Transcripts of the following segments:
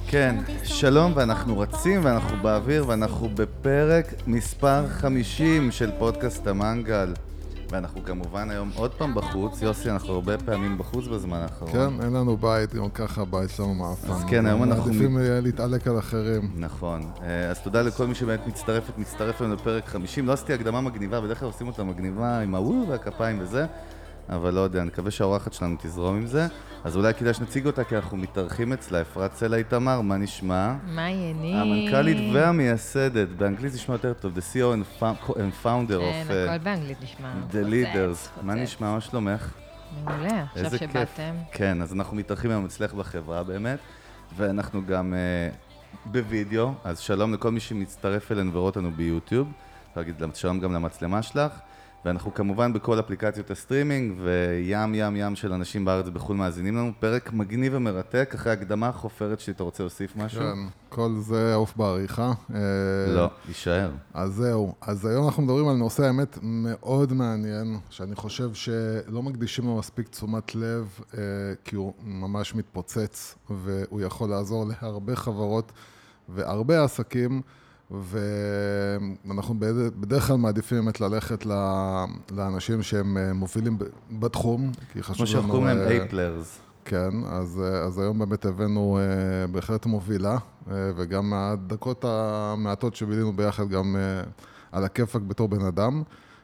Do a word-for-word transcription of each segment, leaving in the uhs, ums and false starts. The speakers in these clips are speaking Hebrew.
כן, שלום, ואנחנו רצים ואנחנו באוויר ואנחנו בפרק מספר חמישים של פודקאסט המנגל. ואנחנו כמובן היום עוד פעם בחוץ. יוסי, אנחנו הרבה פעמים בחוץ בזמן האחרון. כן, אין לנו בית, גם ככה בית שלנו מאפן. אז כן, היום אנחנו... מעדיפים להתעלק על אחרים. נכון. אז תודה לכל מי שבאמת מצטרפת, מצטרף לנו לפרק חמישים. לא עשיתי הקדמה מגניבה, בדרך כלל עושים אותה מגניבה עם הוו והכפיים וזה. אבל לא יודע, אני מקווה שהאורחת שלנו תזרום עם זה. אז אולי כדאי שנציג אותה, כי אנחנו מתארחים אצלה. אפרת סלע איתמר, מה נשמע? מה העניינים? המנכ"לית והמייסדת, באנגלית נשמע יותר טוב, the סי או and founder of... כן, הכל באנגלית נשמע. The leaders. מה נשמע? מה שלומך? מעולה, עכשיו שבאתם. כן, אז אנחנו מתארחים היום אצלך בחברה באמת, ואנחנו גם בווידאו, אז שלום לכל מי שמצטרף אלינו ורואה אותנו ביוטיוב, שלום גם למצלמה שלך. ואנחנו כמובן בכל אפליקציות הסטרימינג, וים ים ים של אנשים בארץ בחול מאזינים לנו. פרק מגניב ומרתק, אחרי הקדמה חופרת שלי, אתה רוצה להוסיף משהו? כן, כל זה עוף בעריכה. לא, יישאר. אז זהו. אז היום אנחנו מדברים על נושא האמת מאוד מעניין, שאני חושב שלא מקדישים לו מספיק תשומת לב, כי הוא ממש מתפוצץ, והוא יכול לעזור להרבה חברות והרבה עסקים, ואנחנו בדרך כלל מעדיפים באמת ללכת לאנשים שהם מובילים בתחום, כי חשוב לנו... כמו שאנחנו להם A-Players. כן, אז, אז היום באמת הבאנו בהחלט מובילה, וגם מהדקות המעטות שבילינו ביחד גם על הכיפק בתור בן אדם.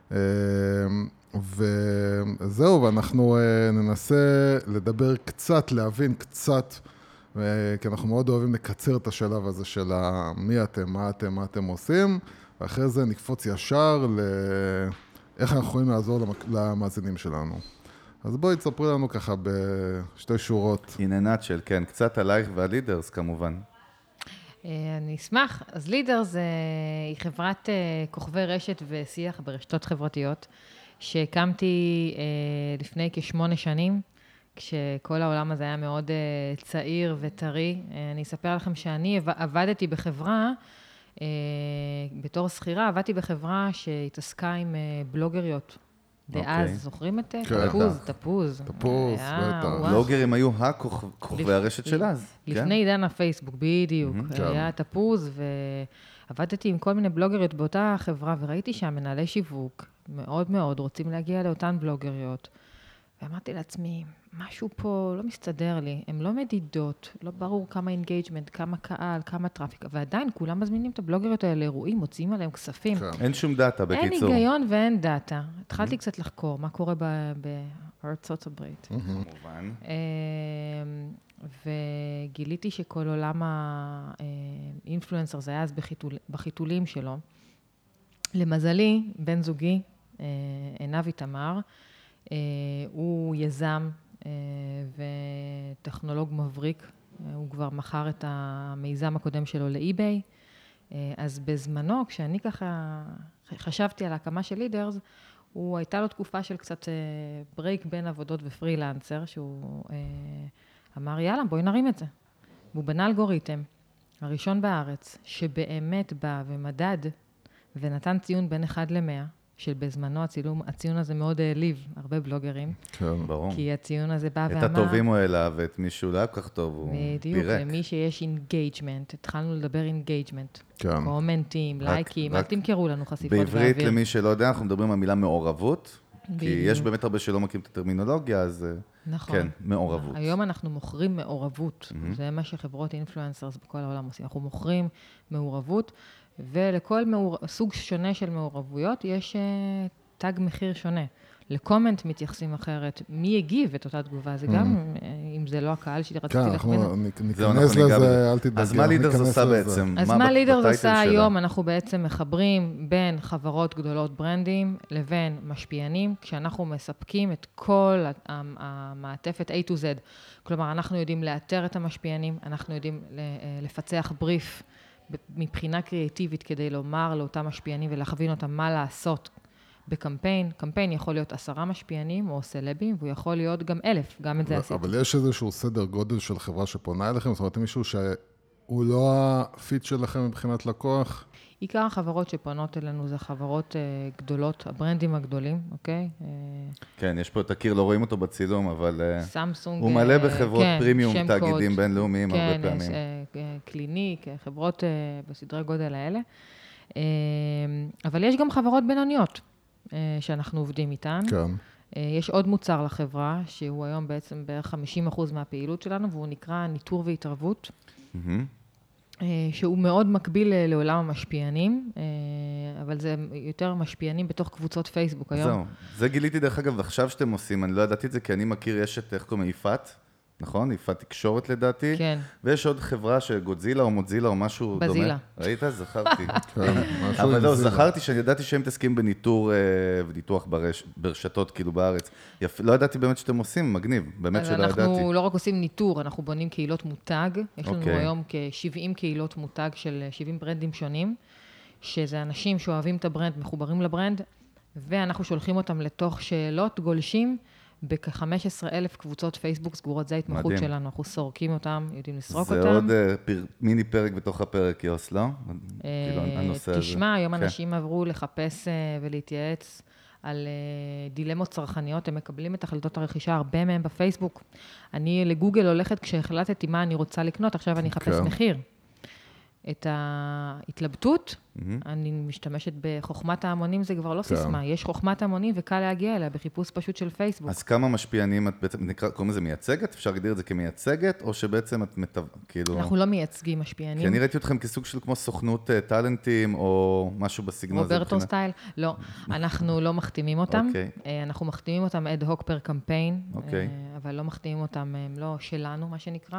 וזהו, ואנחנו ננסה לדבר קצת, להבין קצת, כי אנחנו מאוד אוהבים לקצר את השלב הזה של מי אתם, מה אתם, מה אתם עושים, ואחרי זה נקפוץ ישר לאיך אנחנו יכולים לעזור למאזינים שלנו. אז בואי תספרי לנו ככה בשתי שורות. In a nutshell, כן, קצת עלייך והלידרס כמובן. אני אשמח. אז לידרס היא חברת כוכבי רשת ושיח ברשתות חברתיות, שהקמתי לפני כשמונה שנים, כשכל העולם הזה היה מאוד uh, צעיר וטרי. Uh, אני אספר לכם שאני עבדתי בחברה, uh, בתור שכירה, עבדתי בחברה שהתעסקה עם uh, בלוגריות. דאז, okay. זוכרים את כן. תפוז? תפוז. תפוז, בטח. בלוגרים היו הכוכבי הרשת של אז. לפני עידן הפייסבוק, בדיוק. Mm-hmm. היה תפוז, ועבדתי עם כל מיני בלוגריות באותה חברה, וראיתי שהמנהלי שיווק מאוד מאוד רוצים להגיע לאותן בלוגריות. ואמרתי לעצמי, משהו פה לא מסתדר לי, הן לא מדידות, לא ברור כמה אינגייג'מנט, כמה קהל, כמה טראפיק, ועדיין כולם מזמינים את הבלוגריות האלה לאירועים, מוצאים עליהם כספים. אין שום דאטה בקיצור. אין היגיון ואין דאטה. התחלתי קצת לחקור מה קורה בארצות הברית. כמובן. וגיליתי שכל עולם האינפלואנסר זה היה אז בחיתולים שלו. למזלי, בן זוגי, עינב איתמר, Uh, הוא יזם uh, וטכנולוג מבריק, uh, הוא כבר מכר את המיזם הקודם שלו לאי-ביי, uh, אז בזמנו, כשאני ככה חשבתי על ההקמה של לידרס, הוא הייתה לו תקופה של קצת uh, ברייק בין עבודות ופרילנסר, שהוא uh, אמר, יאללה, בואי נרים את זה. והוא בנה אלגוריתם, הראשון בארץ, שבאמת בא ומדד ונתן ציון בין אחד למאה, שבזמנו הצילום, הציון הזה מאוד העליב, הרבה בלוגרים. כן, ברור. כי הציון הזה בא ואמר... את הטובים הוא העלה, ואת מי שהוא לא היה כל כך טוב, הוא פירק. בדיוק, למי שיש אינגייג'מנט, התחלנו לדבר אינגייג'מנט. כן. קומנטים, לייקים, אל תמכרו לנו חשיפות באוויר. בעברית, למי שלא יודע, אנחנו מדברים על מילה מעורבות, כי יש באמת הרבה שלא מכירים את הטרמינולוגיה, אז כן, מעורבות. היום אנחנו מוכרים מעורבות, זה מה שחברות אינפלואנסרס בכל העולם עושים, אנחנו מוכרים מעורבות, ולכל מאור... סוג שונה של מעורבויות יש uh, תג מחיר שונה. לקומנט מתייחסים אחרת. מי הגיב את אותה תגובה? זה גם, mm-hmm. אם זה לא הקהל שלי רציתי כן, להכווין. כן, ניכנס לזה, אל תדאגי. אז מה לידרס עושה בעצם? אז מה לידרס עושה היום? אנחנו בעצם מחברים בין חברות גדולות ברנדים לבין משפיענים, כשאנחנו מספקים את כל המעטפת A to Z. כלומר, אנחנו יודעים לאתר את המשפיענים, אנחנו יודעים לפצח בריף, מבחינה קריאטיבית כדי לומר לאותם משפיענים ולהכווין אותם מה לעשות בקמפיין. קמפיין יכול להיות עשרה משפיענים או סלבים, והוא יכול להיות גם אלף, גם את זה עשיתי. אבל יש איזשהו סדר גודל של חברה שפונה אליכם, זאת אומרת, מישהו שהוא לא הפיט שלכם מבחינת לקוח? עיקר החברות שפונות אלינו זה חברות uh, גדולות, הברנדים הגדולים, אוקיי? Uh, כן, יש פה את הקיר, לא רואים אותו בצילום, אבל סמסונג, הוא מלא בחברות כן, פרימיום, תאגידים בינלאומיים כן, הרבה פעמים. כן, קליניק, חברות בסדרי גודל האלה. אבל יש גם חברות בינוניות שאנחנו עובדים איתן. כן. יש עוד מוצר לחברה, שהוא היום בעצם בערך חמישים אחוז מהפעילות שלנו, והוא נקרא ניטור והתערבות. שהוא מאוד מקביל לעולם המשפיענים, אבל זה יותר משפיענים בתוך קבוצות פייסבוק היום. זהו, זה גיליתי דרך אגב, עכשיו שאתם עושים, אני לא ידעתי את זה, כי אני מכיר, יש את, איך קוראים, יפת, נכון? יפת תקשורת לדעתי. כן. ויש עוד חברה שגודזילה או מודזילה או משהו דומה. בזילה. ראית? זכרתי. כן, משהו אבל עם לא, זילה. זכרתי שאני ידעתי שהם מתעסקים בניטור וניתוח ברש, ברשתות, כאילו בארץ. יפ, לא ידעתי באמת שאתם עושים, מגניב, באמת שלא ידעתי. אנחנו לא רק עושים ניטור, אנחנו בונים קהילות מותג. יש לנו אוקיי. היום כ-שבעים קהילות מותג של שבעים ברנדים שונים, שזה אנשים שאוהבים את הברנד, מחוברים לברנד, ואנחנו שולחים אותם לתוך שאלות גולשים, בכ-חמש עשרה אלף קבוצות פייסבוק סגורות, זה ההתמחות מדהים. שלנו, אנחנו סורקים אותם, יודעים לסרוק זה אותם. עוד uh, פר, מיני פרק בתוך הפרק, יוס, לא? כאילו, הנושא הזה. תשמע, היום כן. אנשים עברו לחפש uh, ולהתייעץ על uh, דילמות צרכניות, הם מקבלים את החלטות הרכישה, הרבה מהם בפייסבוק. אני לגוגל הולכת כשהחלטתי מה אני רוצה לקנות, עכשיו אני אחפש כן. מחיר. את ההתלבטות, mm-hmm. אני משתמשת בחוכמת ההמונים, זה כבר לא כן. סיסמה, יש חוכמת ההמונים וקל להגיע אליה בחיפוש פשוט של פייסבוק. אז כמה משפיענים את בעצם, נקרא, קוראים לזה מייצגת? אפשר להגדיר את זה כמייצגת, או שבעצם את מתו... כאילו... אנחנו לא מייצגים משפיענים. כי אני ראיתי אתכם כסוג של כמו סוכנות uh, טלנטים, או משהו בסגנון הזה. רוברטו סטייל? לא, אנחנו לא מחתימים אותם. Okay. אנחנו מחתימים אותם אד הוק פר קמפיין, Okay. אבל לא מחתימים אותם, הם לא שלנו, מה שנקרא.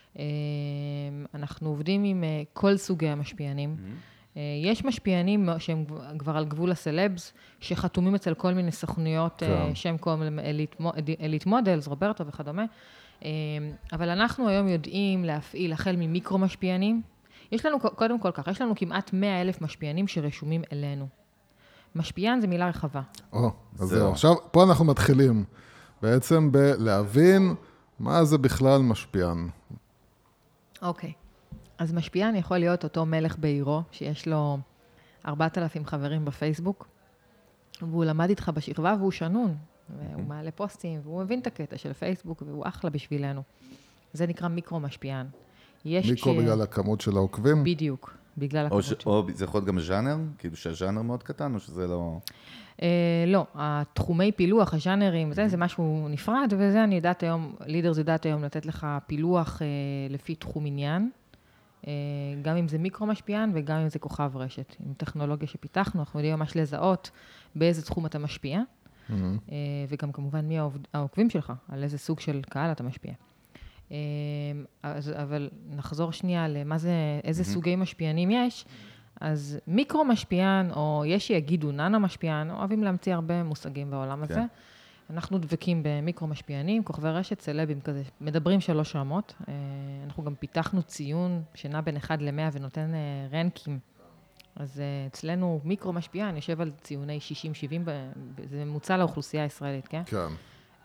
אנחנו עובדים עם כל סוגי המשפיענים. Mm-hmm. יש משפיענים שהם כבר על גבול הסלבס, שחתומים אצל כל מיני סוכנויות, כן. שם קוראים אליט מודלס, רוברטו וכדומה. אבל אנחנו היום יודעים להפעיל החל ממיקרו משפיענים. יש לנו, קודם כל כך, יש לנו כמעט מאה אלף משפיענים שרשומים אלינו. משפיען זה מילה רחבה. או, אז זהו. עכשיו, פה אנחנו מתחילים בעצם בלהבין מה זה בכלל משפיען. אוקיי. אז משפיען יכול להיות אותו מלך בעירו, שיש לו ארבעת אלפים חברים בפייסבוק, והוא למד איתך בשכבה והוא שנון, והוא מעלה פוסטים, והוא מבין את הקטע של פייסבוק, והוא אחלה בשבילנו. זה נקרא מיקרו משפיען. מיקרו כ... בגלל הכמות של העוקבים? בדיוק, בגלל הכמות של... או זה יכול להיות גם ז'אנר? כאילו שהז'אנר מאוד קטן, או שזה לא... אה, לא, התחומי פילוח, הז'אנרים, זה, זה משהו נפרד, וזה אני יודעת היום, לידרס יודעת היום לתת לך פילוח אה, לפי תחום עניין, אה, גם אם זה מיקרו משפיען וגם אם זה כוכב רשת. עם טכנולוגיה שפיתחנו, אנחנו יודעים ממש לזהות באיזה תחום אתה משפיע, mm-hmm. אה, וגם כמובן מי העוקבים שלך, על איזה סוג של קהל אתה משפיע. אה, אז, אבל נחזור שנייה למה זה, איזה mm-hmm. סוגי משפיענים יש, אז מיקרו משפיען, או יש שיגידו ננו משפיען, אוהבים להמציא הרבה מושגים בעולם הזה. אנחנו דבקים במיקרו משפיענים, כוכבי רשת, סלבים כזה, מדברים שלוש רמות. אנחנו גם פיתחנו ציון שנע בין אחד למאה ונותן רנקים. אז אצלנו מיקרו משפיען יושב על ציוני שישים שבעים, זה ממוצע לאוכלוסייה הישראלית, כן? כן.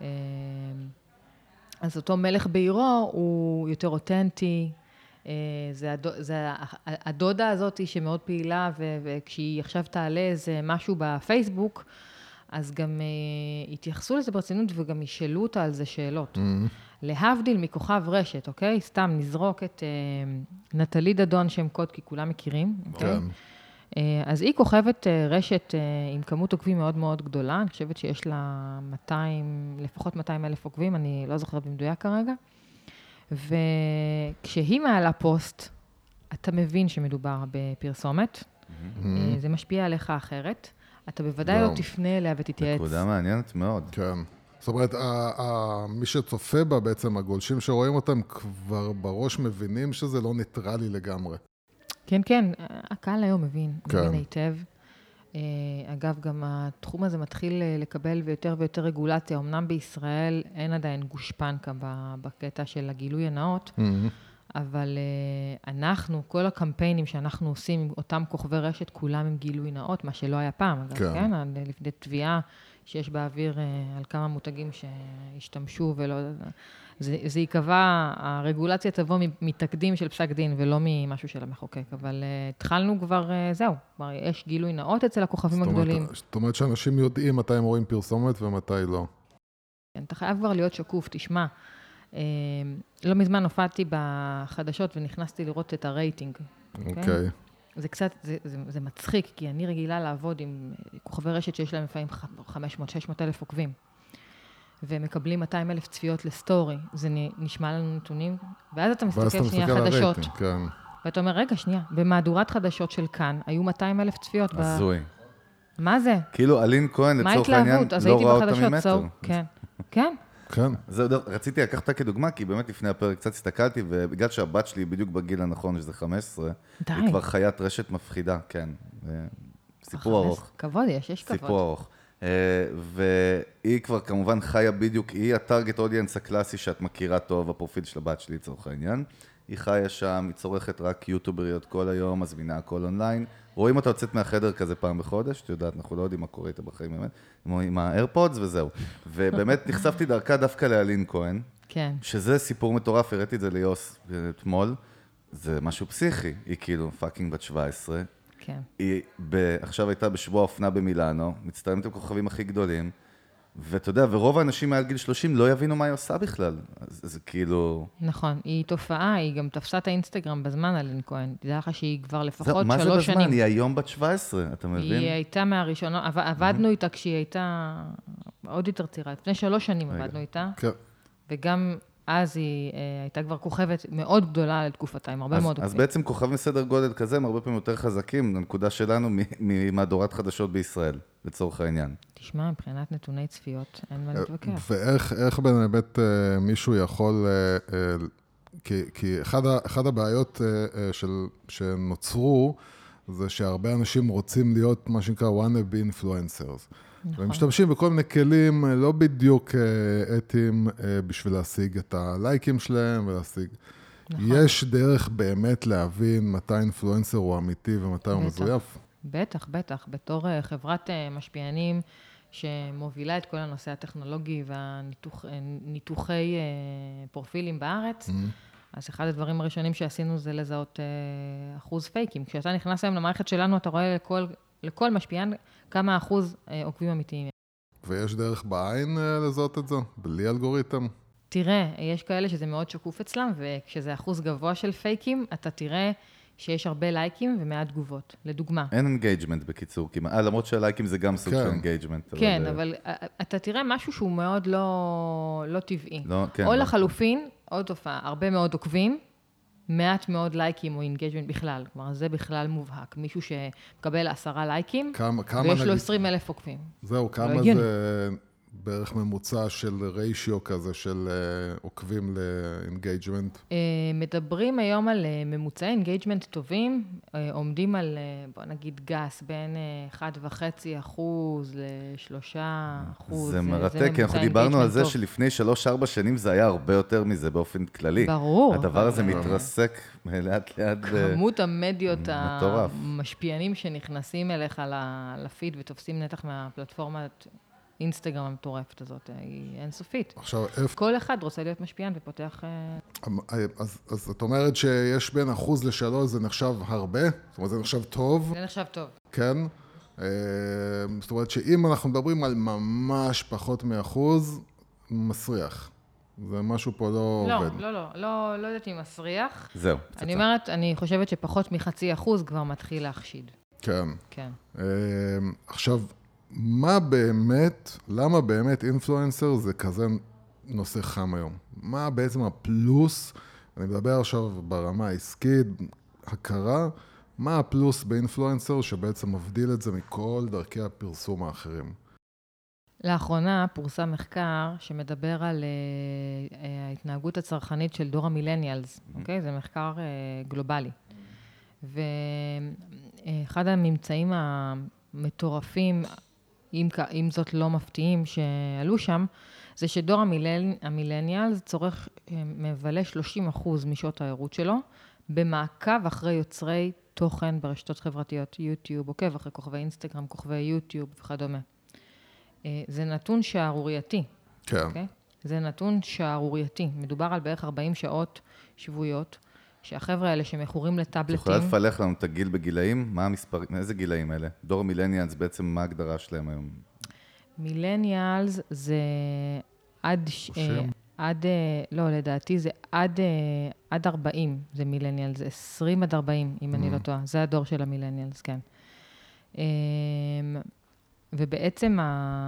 אז אותו מלך בעירו הוא יותר אותנטי, זה, הדוד, זה הדודה הזאת שמאוד פעילה, ו- וכשהיא עכשיו תעלה איזה משהו בפייסבוק, אז גם uh, התייחסו לזה ברצינות וגם ישאלו אותה על זה שאלות. Mm-hmm. להבדיל מכוכב רשת, אוקיי? סתם נזרוק את uh, נטלי דדון שם קוד, כי כולם מכירים. אוקיי? כן. Uh, אז היא כוכבת uh, רשת uh, עם כמות עוקבים מאוד מאוד גדולה, אני חושבת שיש לה מאתיים, לפחות מאתיים אלף עוקבים, אני לא זוכרת במדויק כרגע. וכשהיא מעלה פוסט, אתה מבין שמדובר בפרסומת, mm-hmm. זה משפיע עליך אחרת, אתה בוודאי לא תפנה אליה ותתייעץ. נקודה מעניינת מאוד. כן. זאת אומרת, מי שצופה בה בעצם, הגולשים שרואים אותם כבר בראש מבינים שזה לא ניטרלי לגמרי. כן, כן, הקהל היום מבין, כן. מבין היטב. אגב, גם התחום הזה מתחיל לקבל ויותר ויותר רגולציה. אמנם בישראל אין עדיין גושפנקה בקטע של הגילוי הנאות, mm-hmm. אבל אנחנו, כל הקמפיינים שאנחנו עושים עם אותם כוכבי רשת, כולם עם גילוי נאות, מה שלא היה פעם, אגב, כן? כן? לפני תביעה שיש באוויר על כמה מותגים שהשתמשו ולא... זה, זה יקבע, הרגולציה תבוא מתקדים של פסק דין ולא ממשהו של המחוקק, אבל uh, התחלנו כבר, uh, זהו, כבר יש גילוי נאות אצל הכוכבים זאת הגדולים. אומרת, זאת אומרת שאנשים יודעים מתי הם רואים פרסומת ומתי לא. כן, אתה חייב כבר להיות שקוף, תשמע, לא מזמן הופעתי בחדשות ונכנסתי לראות את הרייטינג. אוקיי. זה קצת, זה, זה, זה מצחיק, כי אני רגילה לעבוד עם כוכבי רשת שיש להם לפעמים חמש מאות שש מאות אלף עוקבים, ומקבלים מאתיים אלף צפיות לסטורי. זה נשמע לנו נתונים, ואז אתה מסתכל שנייה חדשות. כן. ואתה אומר, רגע, שנייה, במהדורת חדשות של כאן, היו מאתיים אלף צפיות. הזוי. מה זה? כאילו, אלין כהן, לצורך העניין, לא רואה אותה ממטר. כן, כן. כן. רציתי לקחת אותה כדוגמה, כי באמת לפני הפרק קצת הסתכלתי, ובגלל שהבת שלי בדיוק בגיל הנכון, שזה חמש עשרה, היא כבר חיית רשת מפחידה, כן. סיפור ארוך. כבוד יש, יש כבוד. סיפור ארוך. והיא כבר כמובן חיה בדיוק, היא הטרגט אודיאנס הקלאסי שאת מכירה טוב, הפרופיל של הבת שלי, לצורך העניין. היא חיה שם, היא צורכת רק יוטובריות כל היום, מזמינה הכל אונליין. רואים אותה יוצאת מהחדר כזה פעם בחודש, את יודעת, אנחנו לא יודעים מה קורה איתה בחיים באמת, עם האיירפודס וזהו. ובאמת נחשפתי דרכה דווקא לאלין כהן, כן. שזה סיפור מטורף, הראיתי את זה ליוס אתמול, זה משהו פסיכי, היא כאילו פאקינג בת שבע עשרה, כן. היא ב... עכשיו הייתה בשבוע אופנה במילאנו, מצטלמת עם כוכבים הכי גדולים, ואתה יודע, ורוב האנשים מעל גיל שלושים לא יבינו מה היא עושה בכלל. אז זה כאילו... נכון, היא תופעה, היא גם תפסה את האינסטגרם בזמן, אלין כהן. תדע לך שהיא כבר לפחות שלוש שנים. מה זה בזמן? היא היום בת שבע עשרה, אתה מבין? היא הייתה מהראשונות, עבדנו איתה כשהיא הייתה עוד יותר צעירה. לפני שלוש שנים עבדנו איתה. כן. וגם אז היא הייתה כבר כוכבת מאוד גדולה לתקופתה, עם הרבה מאוד... אז בעצם כוכב מסדר גודל כזה, הם הרבה פעמים יותר חזקים, לנקודה שלנו, ממהדורת חדשות בישראל, לצורך העניין. תשמע, מבחינת נתוני צפיות, אין מה להתווכח. ואיך באמת מישהו יכול... כי אחד הבעיות שנוצרו, זה שהרבה אנשים רוצים להיות מה שנקרא wannabe influencers. נכון. והם משתמשים בכל מיני כלים לא בדיוק אתיים בשביל להשיג את הלייקים שלהם ולהשיג. נכון. יש דרך באמת להבין מתי אינפלואנסר הוא אמיתי ומתי הוא מזויף? בטח, בטח. בתור חברת משפיענים שמובילה את כל הנושא הטכנולוגי והניתוחי פרופילים בארץ, mm-hmm. אז אחד הדברים הראשונים שעשינו זה לזהות אחוז פייקים. כשאתה נכנס היום למערכת שלנו, אתה רואה לכל... לכל משפיען כמה אחוז עוקבים אמיתיים. ויש דרך בעין לזהות את זה? בלי אלגוריתם? תראה, יש כאלה שזה מאוד שקוף אצלם, וכשזה אחוז גבוה של פייקים, אתה תראה שיש הרבה לייקים ומעט תגובות. לדוגמה. אין אינגייג'מנט בקיצור, אה, למרות שהלייקים זה גם סוג של אינגייג'מנט. כן, אבל אתה תראה משהו שהוא מאוד לא טבעי. או לחלופין, עוד תופעה, הרבה מאוד עוקבים, מעט מאוד לייקים או אינגייג'מנט בכלל. כלומר, זה בכלל מובהק. מישהו שמקבל עשרה לייקים, כמה, כמה ויש נגיד... לו עשרים אלף עוקבים. זהו, כמה לא זה בערך ממוצע של ריישיו כזה, של uh, עוקבים לאינגייג'מנט? Uh, מדברים היום על uh, ממוצעי אינגייג'מנט טובים, uh, עומדים על, uh, בוא נגיד גס, בין uh, אחד וחצי אחוז לשלושה אחוז. זה מרתק, כי אנחנו דיברנו על זה טוב. שלפני שלוש ארבע שנים זה היה הרבה יותר מזה באופן כללי. ברור. הדבר הזה מתרסק לאט לאט. כמות המדיות המשפיענים שנכנסים אליך לפיד ותופסים נתח מהפלטפורמת אינסטגרם המטורפת הזאת, היא אינסופית. עכשיו, כל אחד רוצה להיות משפיען ופותח... אז, אז את אומרת שיש בין אחוז לשלוש, זה נחשב הרבה? זאת אומרת, זה נחשב טוב? זה נחשב טוב. כן. זאת אומרת שאם אנחנו מדברים על ממש פחות מאחוז, מסריח. זה משהו פה לא לא, עובד. לא, לא, לא, לא יודעת אם מסריח. זהו. אני אומרת, אני חושבת שפחות מחצי אחוז כבר מתחיל להחשיד. כן. כן. עכשיו, מה באמת, למה באמת אינפלואנסר זה כזה נושא חם היום? מה בעצם הפלוס, אני מדבר עכשיו ברמה העסקית, הכרה, מה הפלוס באינפלואנסר שבעצם מבדיל את זה מכל דרכי הפרסום האחרים? לאחרונה פורסם מחקר שמדבר על uh, uh, ההתנהגות הצרכנית של דור המילניאלס, אוקיי? זה מחקר uh, גלובלי. ואחד הממצאים המטורפים, אם, אם זאת לא מפתיעים שעלו שם, זה שדור המילנ... המילניאלס צורך, מבלה שלושים אחוז משעות העירות שלו, במעקב אחרי יוצרי תוכן ברשתות חברתיות, יוטיוב, עוקב אחרי כוכבי אינסטגרם, כוכבי יוטיוב וכדומה. זה נתון שערורייתי. כן. Okay? זה נתון שערורייתי. מדובר על בערך ארבעים שעות שבועיות, שהחבר'ה האלה שמכורים לטאבלטים... את יכולה לפלח לנו את הגיל בגילאים? מה המספר... איזה גילאים האלה? דור מילניאלס בעצם, מה ההגדרה שלהם היום? מילניאלס זה עד... עד, לא, לדעתי זה עד, עד ארבעים, זה מילניאל, זה עשרים עד ארבעים, אם אני לא טועה. זה הדור של המילניאלס, כן. ובעצם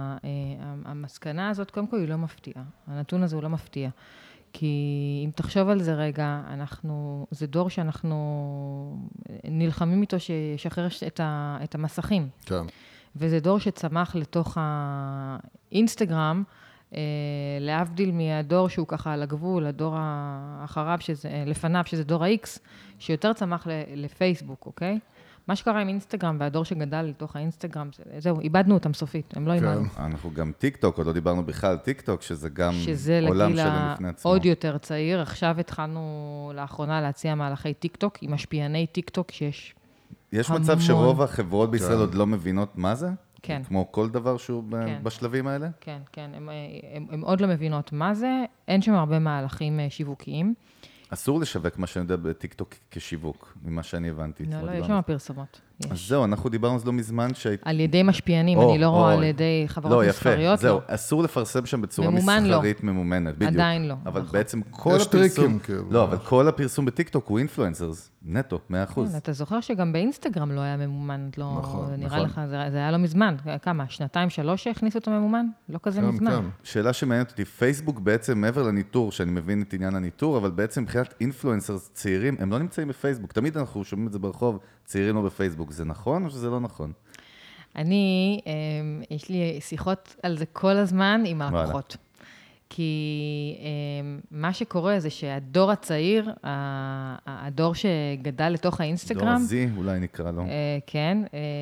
המסקנה הזאת, קודם כל, היא לא מפתיעה. הנתון הזה הוא לא מפתיע. כי אם תחשוב על זה רגע, אנחנו, זה דור שאנחנו נלחמים איתו שישחרר את, ה, את המסכים. כן. וזה דור שצמח לתוך האינסטגרם, אה, להבדיל מהדור שהוא ככה על הגבול, הדור האחריו, שזה, לפניו, שזה דור ה-X, שיותר צמח לפייסבוק, אוקיי? מה שקרה עם אינסטגרם והדור שגדל לתוך האינסטגרם, זהו, איבדנו אותם סופית, הם לא אימנו. אנחנו גם טיק טוק, עוד לא דיברנו בכלל טיק טוק, שזה גם עולם שלם לפני עצמו. שזה עוד יותר צעיר, עכשיו התחלנו לאחרונה להציע מהלכי טיק טוק, עם משפיעני טיק טוק שיש המון. יש מצב שרוב החברות בישראל עוד לא מבינות מה זה? כן. כמו כל דבר שהוא בשלבים האלה? כן, כן, הם עוד לא מבינות מה זה, אין שם הרבה מהלכים שיווקיים. אסור לשווק מה שאני יודע בטיקטוק כשיווק, ממה שאני הבנתי. לא, לא, יש שם פרסומות. אז זהו, אנחנו דיברנו אז לא מזמן שהיית... על ידי משפיענים, אני לא רואה על ידי חברות מסחריות. לא, יפה, זהו, אסור לפרסם שם בצורה מסחרית ממומנת, בדיוק. עדיין לא. אבל בעצם כל הפרסום... לא, אבל כל הפרסום בטיקטוק הוא אינפלואנסרס, נטו, מאה אחוז. אתה זוכר שגם באינסטגרם לא היה ממומן, נראה לך, זה היה לא מזמן. כמה, שנתיים, שלוש שהכניסו אותו ממומן? לא כזה מזמן. שאלה שמעניינת אותי, פייסבוק בעצם מעבר לניטור, שאני מבין את עניין הניטור, אבל בעצם מבחינת אינפלואנסרס צעירים, הם לא נמצאים בפייסבוק. תמיד אנחנו שומעים את זה ברחוב, צעירים לא בפייסבוק. זה נכון או שזה לא נכון? אני, יש לי שיחות על זה כל הזמן עם הלקוחות. כי מה שקורה זה שהדור הצעיר, הדור שגדל לתוך האינסטגרם... דור הזי, אולי נקרא לו. כן,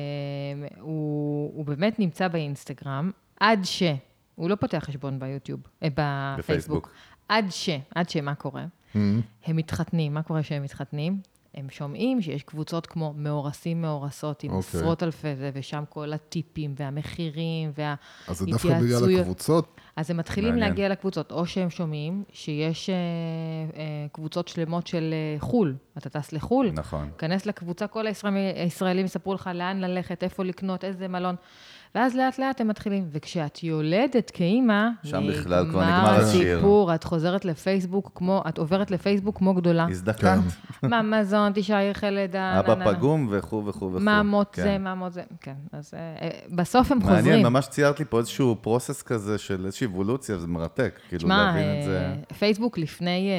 הוא, הוא באמת נמצא באינסטגרם, עד ש... הוא לא פותח חשבון ביוטיוב, בפייסבוק. בפייסבוק. עד ש... עד שמה קורה? Mm-hmm. הם מתחתנים. מה קורה שהם מתחתנים? הם שומעים שיש קבוצות כמו מאורסים מאורסות, עם okay. עשרות אלפי זה, ושם כל הטיפים והמחירים וההתייעצויות. אז זה דווקא בגלל לקבוצות? אז הם מתחילים מעניין. להגיע לקבוצות, או שהם שומעים שיש אה, אה, קבוצות שלמות של אה, חול. אתה טס לחול, נכון. כנס לקבוצה, כל הישראלים יספרו לך לאן ללכת, איפה לקנות, איזה מלון. ואז לאט לאט הם מתחילים, וכשאת יולדת כאימא, שם בכלל כבר נגמר השיר. הסיפור, את חוזרת לפייסבוק כמו, את עוברת לפייסבוק כמו גדולה. הזדקנת. מה מזון, תשעה יחי לידה. אבא פגום וכו' וכו' וכו'. מה מות זה, מה מות זה, כן. אז בסוף הם חוזרים. מעניין, ממש ציירת לי פה איזשהו פרוסס כזה של איזושהי אבולוציה, זה מרתק, כאילו להבין את זה. פייסבוק לפני,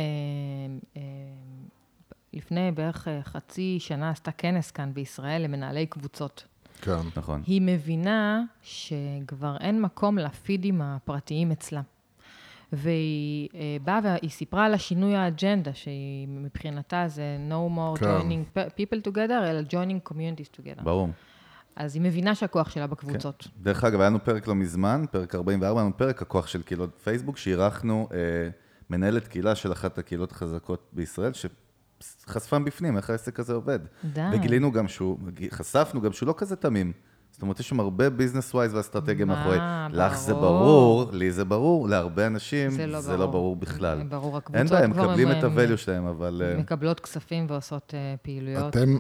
לפני בערך חצי שנה עשתה כנס כאן בישראל למנהלי קבוצות. כן. נכון. היא מבינה שכבר אין מקום לפידים הפרטיים אצלה. והיא באה והיא סיפרה על השינוי האג'נדה, שהיא מבחינתה זה no more כן. joining people together, אלא joining communities together. ברור. אז היא מבינה שהכוח שלה בקבוצות. כן. דרך אגב, היה לנו פרק לא מזמן, פרק ארבעים וארבע, היה לנו פרק הכוח של קהילות פייסבוק, שאירחנו אה, מנהלת קהילה של אחת הקהילות החזקות בישראל, ש... חשפם בפנים, איך העסק הזה עובד. די. וגילינו גם שהוא, חשפנו גם שהוא לא כזה תמים. זאת אומרת, יש שם הרבה ביזנס ווייז ואסטרטגיה מאחורי. לך זה ברור, לי זה ברור, להרבה אנשים זה לא, זה ברור. לא ברור בכלל. ברור, אין בעיה, הם מקבלים את הvalue שלהם, אבל... מקבלות כספים ועושות uh, פעילויות. אתם,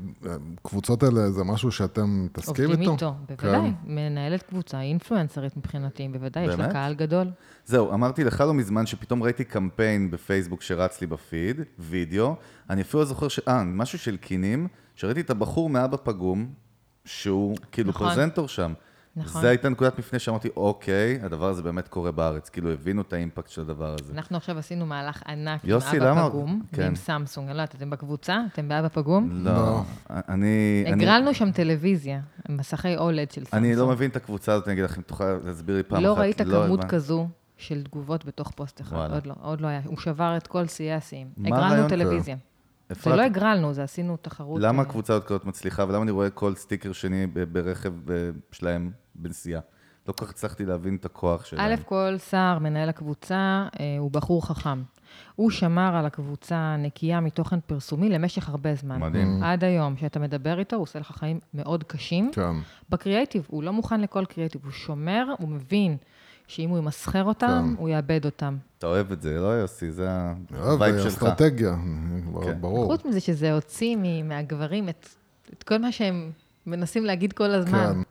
קבוצות האלה, זה משהו שאתם מתעסקים איתו? עובדים איתו, בוודאי. כן. מנהלת קבוצה, אינפלואנסרית מבחינתי, בוודאי, יש לה קהל גדול. זהו, אמרתי לך לא מזמן שפתאום ראיתי קמפיין בפייסבוק שרץ לי בפיד, וידאו, אני אפילו זוכר ש... אה, משהו של קינים, שראיתי את הבחור מאבא פגום, שהוא כאילו נכון. פרזנטור שם. נכון. זה הייתה נקודת מפנה שאמרתי, אוקיי, הדבר הזה באמת קורה בארץ, כאילו הבינו את האימפקט של הדבר הזה. אנחנו עכשיו עשינו מהלך ענק יוסי, עם אבא למה? פגום, כן. ועם סמסונג. לא, אתם בקבוצה? אתם באבא פגום? לא. אני... הגרלנו אני... שם טלוויזיה, מסכי אולד של סמסונג. אני לא מבין את הקבוצה הזאת, אני אגיד לך, אם תוכל להסביר לי פעם לא אחת. ראית לא ראית כמות כזו של תגובות בתוך פוסט אחד, עוד לא, עוד לא היה. הוא שבר את כל שיאי השיאים. הגרלנו טלוויזיה. זה לא הגרלנו, זה עשינו תחרות. למה הקבוצה עוד כזאת מצליחה, ולמה אני רואה כל סטיקר שני ברכב שלהם בנסיעה? לא כל כך הצלחתי להבין את הכוח שלהם. א' כל שר, מנהל הקבוצה, הוא בחור חכם. הוא שמר על הקבוצה נקייה מתוכן פרסומי למשך הרבה זמן. מדהים. עד היום, שאתה מדבר איתו, הוא עושה לך חיים מאוד קשים. כן. בקריאטיב, הוא לא מוכן לכל קריאטיב, הוא שומר, הוא מבין שאם הוא ימסחר אותם, הוא יאבד אותם. אתה אוהב את זה, לא יוסי, זה הווייב שלך. אסטרטגיה, ברור. חוץ מזה שזה הוציא מהגברים את כל מה שהם מנסים להגיד כל הזמן.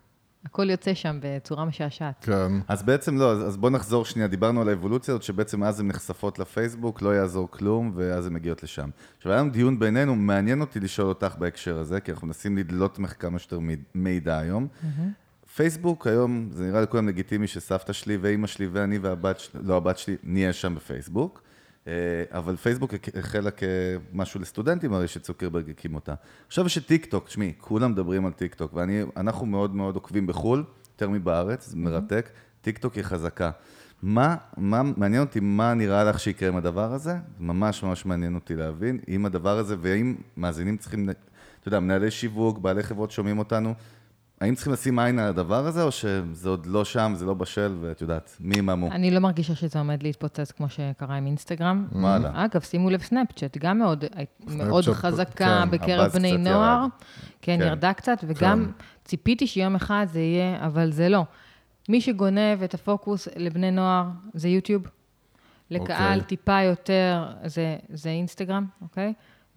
הכל יוצא שם בצורה משעשעת. כן. אז בעצם לא, אז בוא נחזור שנייה, דיברנו על האבולוציה הזאת, שבעצם אז הן נחשפות לפייסבוק, לא יעזור כלום, ואז הן מגיעות לשם. עכשיו, היה לנו דיון בינינו, מעניין אותי לשאול אותך בהקשר הזה, כי אנחנו מנסים לדלות ממך כמה שיותר מידע היום. פייסבוק היום, זה נראה לכולם לגיטימי שסבתא שלי ואמא שלי ואני והבת שלי, לא הבת שלי, נהיה שם בפייסבוק. אבל פייסבוק החלה כמשהו לסטודנטים, הרי שצוקרברג הקים אותה. עכשיו יש טיק טוק, תשמעי, כולם מדברים על טיק טוק, ואנחנו מאוד מאוד עוקבים בחול, יותר מבארץ, זה מרתק, טיק טוק היא חזקה. מה, מה, מעניין אותי מה נראה לך שיקרה עם הדבר הזה? ממש ממש מעניין אותי להבין, אם הדבר הזה, ואם מאזינים צריכים, אתה יודע, מנהלי שיווק, בעלי חברות שומעים אותנו, האם צריכים לשים עין על הדבר הזה, או שזה עוד לא שם, זה לא בשל, ואת יודעת, מי יממו? אני לא מרגישה שזה עומד להתפוצץ כמו שקרה עם אינסטגרם. וואלה. אגב, שימו לב סנאפצ'אט, גם מאוד, מאוד חזקה כן, בקרב הבאז בני קצת נוער. ירד. כן, כן. ירדה קצת, וגם ציפיתי שיום אחד זה יהיה, אבל זה לא. מי שגונב את הפוקוס לבני נוער זה יוטיוב. לקהל אוקיי. טיפה יותר זה, זה אינסטגרם, אוקיי?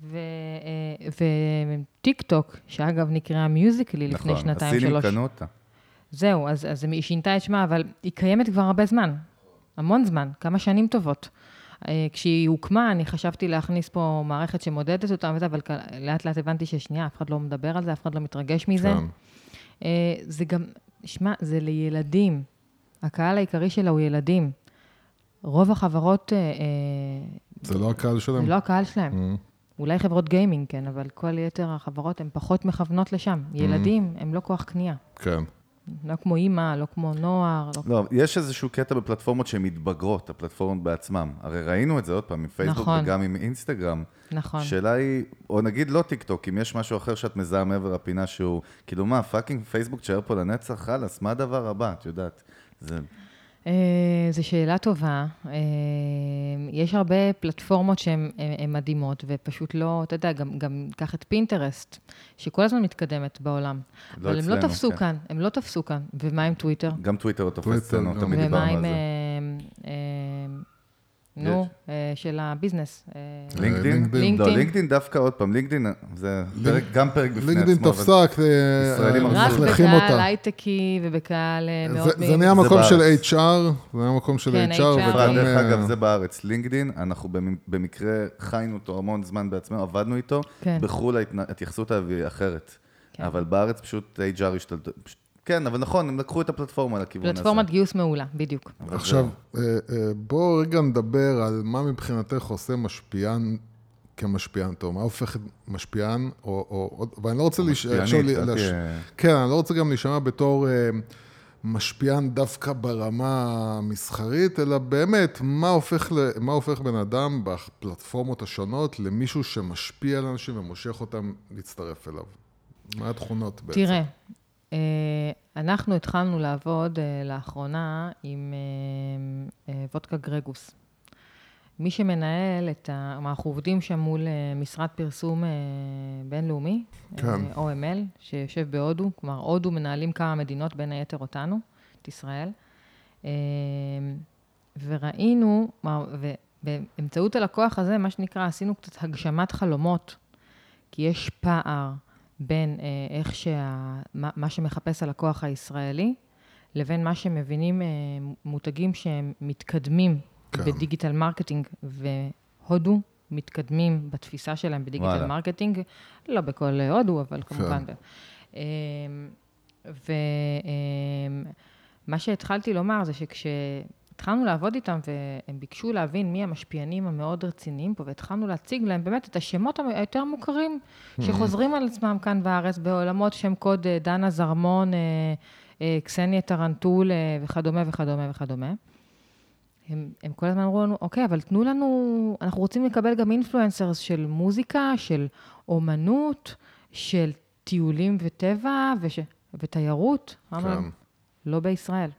וטיק טוק, שאגב נקראה מיוזיקלי לפני נכון, שנתיים הסינים שלוש. קנו אותה. זהו, אז, אז היא שינתה את שמה, אבל היא קיימת כבר הרבה זמן, המון זמן, כמה שנים טובות. כשהיא הוקמה, אני חשבתי להכניס פה מערכת שמודדת אותה, וזה, אבל לאט לאט הבנתי ששנייה, אף אחד לא מדבר על זה, אף אחד לא מתרגש מזה. כן. זה גם, שמע, זה לילדים. הקהל העיקרי שלה הוא ילדים. רוב החברות... זה לא הקהל שלהם? זה לא הקהל שלהם. אולי חברות גיימינג, כן, אבל כל יתר החברות הן פחות מכוונות לשם. ילדים הם לא כוח קנייה. כן. לא כמו אימא, לא כמו נוער. לא... לא, יש איזשהו קטע בפלטפורמות שהן מתבגרות, הפלטפורמות בעצמם. הרי ראינו את זה עוד פעם, עם פייסבוק נכון. וגם עם אינסטגרם. נכון. שאלה היא, או נגיד לא טיק טוק, אם יש משהו אחר שאת מזהה מעבר הפינה שהוא, כאילו מה, פאקינג פייסבוק תשאר פה לנצח, חלס, מה הדבר הבא, את יודעת? זה... זו שאלה טובה. יש הרבה פלטפורמות שהן מדהימות, ופשוט לא, אתה יודע, גם, גם קח את פינטרסט, שכל הזמן מתקדמת בעולם. לא אבל אצלנו, הם לא תפסו כן. כאן, הם לא תפסו כאן. ומה עם טוויטר? גם טוויטר לא תופס אצלנו, גם. תמיד ומה דיברנו עם, על זה. אה, אה, נו, אה, של הביזנס. אה, לינקדין? לינקדין. לא, לינקדין דווקא עוד פעם, לינקדין זה פרק- גם פרק בפני עצמו. לינקדין אבל- תפסה, ישראלים אה, רק מצליחים בקהל אותה. הייטקי ובקהל אה, מאוד... זה- זה מ- נהיה מקום בארץ. של אייץ' אר, זה נהיה מקום של כן, אייץ' אר, אייץ' אר. אפרת, וגם... דרך אה, אגב, זה בארץ. לינקדין, אנחנו במ- במקרה חיינו אותו המון זמן בעצמנו, עבדנו איתו, כן. בחו"ל ההתנ- ההתייחסות אליו היא אחרת. כן. אבל בארץ פשוט אייץ' אר השתלטו. פשוט- כן, אבל נכון, הם לקחו את הפלטפורמה לכיוון הזה. פלטפורמת גיוס מעולה, בדיוק. אבל עכשיו, זהו. אה, אה, בואו רגע נדבר על מה מבחינתך עושה משפיען כמשפיען טוב. מה הופך משפיען, או, או, או, ואני לא רוצה לש... משפיענית, עכשיו ל- אל לש... תהיה- כן, אני לא רוצה גם להישמע בתור אה, משפיען דווקא ברמה המסחרית, אלא באמת, מה הופך, ל... מה הופך בן אדם בפלטפורמות השונות למישהו שמשפיע על אנשים ומושך אותם להצטרף אליו? מה התכונות בעצם? תראה, אה, אנחנו התחלנו לעבוד אה, לאחרונה עם אה, אה, וודקה גרגוס. מי שמנהל את ה... אנחנו עובדים שם מול אה, משרד פרסום אה, בינלאומי, כן. אה, או אם אל, שיושב בהודו, כלומר, הודו מנהלים כמה מדינות, בין היתר אותנו, את ישראל. אה, וראינו, כלומר, ובאמצעות הלקוח הזה, מה שנקרא, עשינו קצת הגשמת חלומות, כי יש פער בין אה, איך שה... מה, מה שמחפש הלקוח הישראלי, לבין מה שמבינים אה, מותגים שהם מתקדמים כן. בדיגיטל מרקטינג, והודו מתקדמים בתפיסה שלהם בדיגיטל וואלה. מרקטינג, לא בכל הודו, אבל כמובן. כן. ומה שהתחלתי לומר זה שכשהתחלנו לעבוד איתם, והם ביקשו להבין מי המשפיענים המאוד רציניים פה, והתחלנו להציג להם באמת את השמות היותר מוכרים, שחוזרים על עצמם כאן בארץ, בעולמות שם קוד דנה זרמון, קסניה טרנטול וכדומה וכדומה וכדומה. הם, הם כל הזמן אמרו לנו, אוקיי, אבל תנו לנו, אנחנו רוצים לקבל גם אינפלואנסרס של מוזיקה, של אומנות, של טיולים וטבע וש, ותיירות. כן. לא בישראל.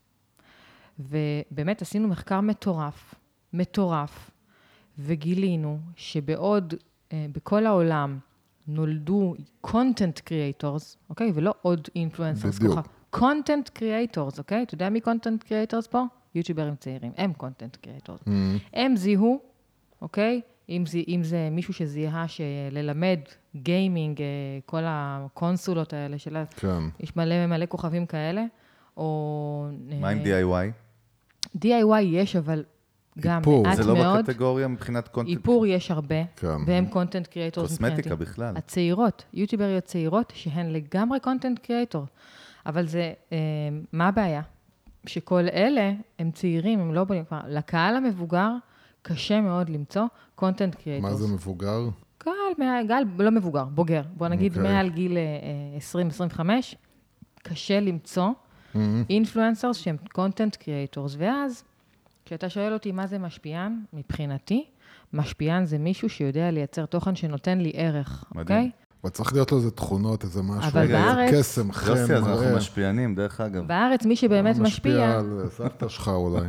ובאמת עשינו מחקר מטורף, מטורף, וגילינו שבעוד, בכל העולם, נולדו content creators, אוקיי? ולא עוד influencers. בדיוק. content creators, אוקיי? אתה יודע מי content creators פה? יוטיוברים צעירים, הם content creators. Mm-hmm. הם זיהו, אוקיי? אם זה, אם זה מישהו שזיהה שללמד גיימינג, כל הקונסולות האלה שלה, כן. יש מלא מלא כוכבים כאלה, או... מה עם די איי וואי? די איי וואי יש, אבל גם איפור. מעט זה לא מאוד. בקטגוריה מבחינת קונטנט? איפור יש הרבה, כן. והם קונטנט קריאטורס מבחינתי. קוסמטיקה בכלל. הצעירות, יוטיובריות צעירות, שהן לגמרי קונטנט קריאטור. אבל זה, מה הבעיה? שכל אלה הם צעירים, הם לא בונים כבר. לקהל המבוגר, קשה מאוד למצוא קונטנט קריאטורס. מה זה מבוגר? קהל, גל לא מבוגר, בוגר. בוא נגיד אוקיי. מעל גיל עשרים עשרים וחמש, קשה למצוא אינפלואנסרס שהם קונטנט קריאטורס. ואז, כשאתה שואל אותי מה זה משפיען, מבחינתי, משפיען זה מישהו שיודע לייצר תוכן שנותן לי ערך, אוקיי? אבל צריך להיות לו איזה תכונות, איזה משהו, אבל בארץ... קסם, חן, יוסי, אז אנחנו מראה. משפיענים, דרך אגב. בארץ מי שבאמת משפיע... משפיע על סבתא שלך אולי.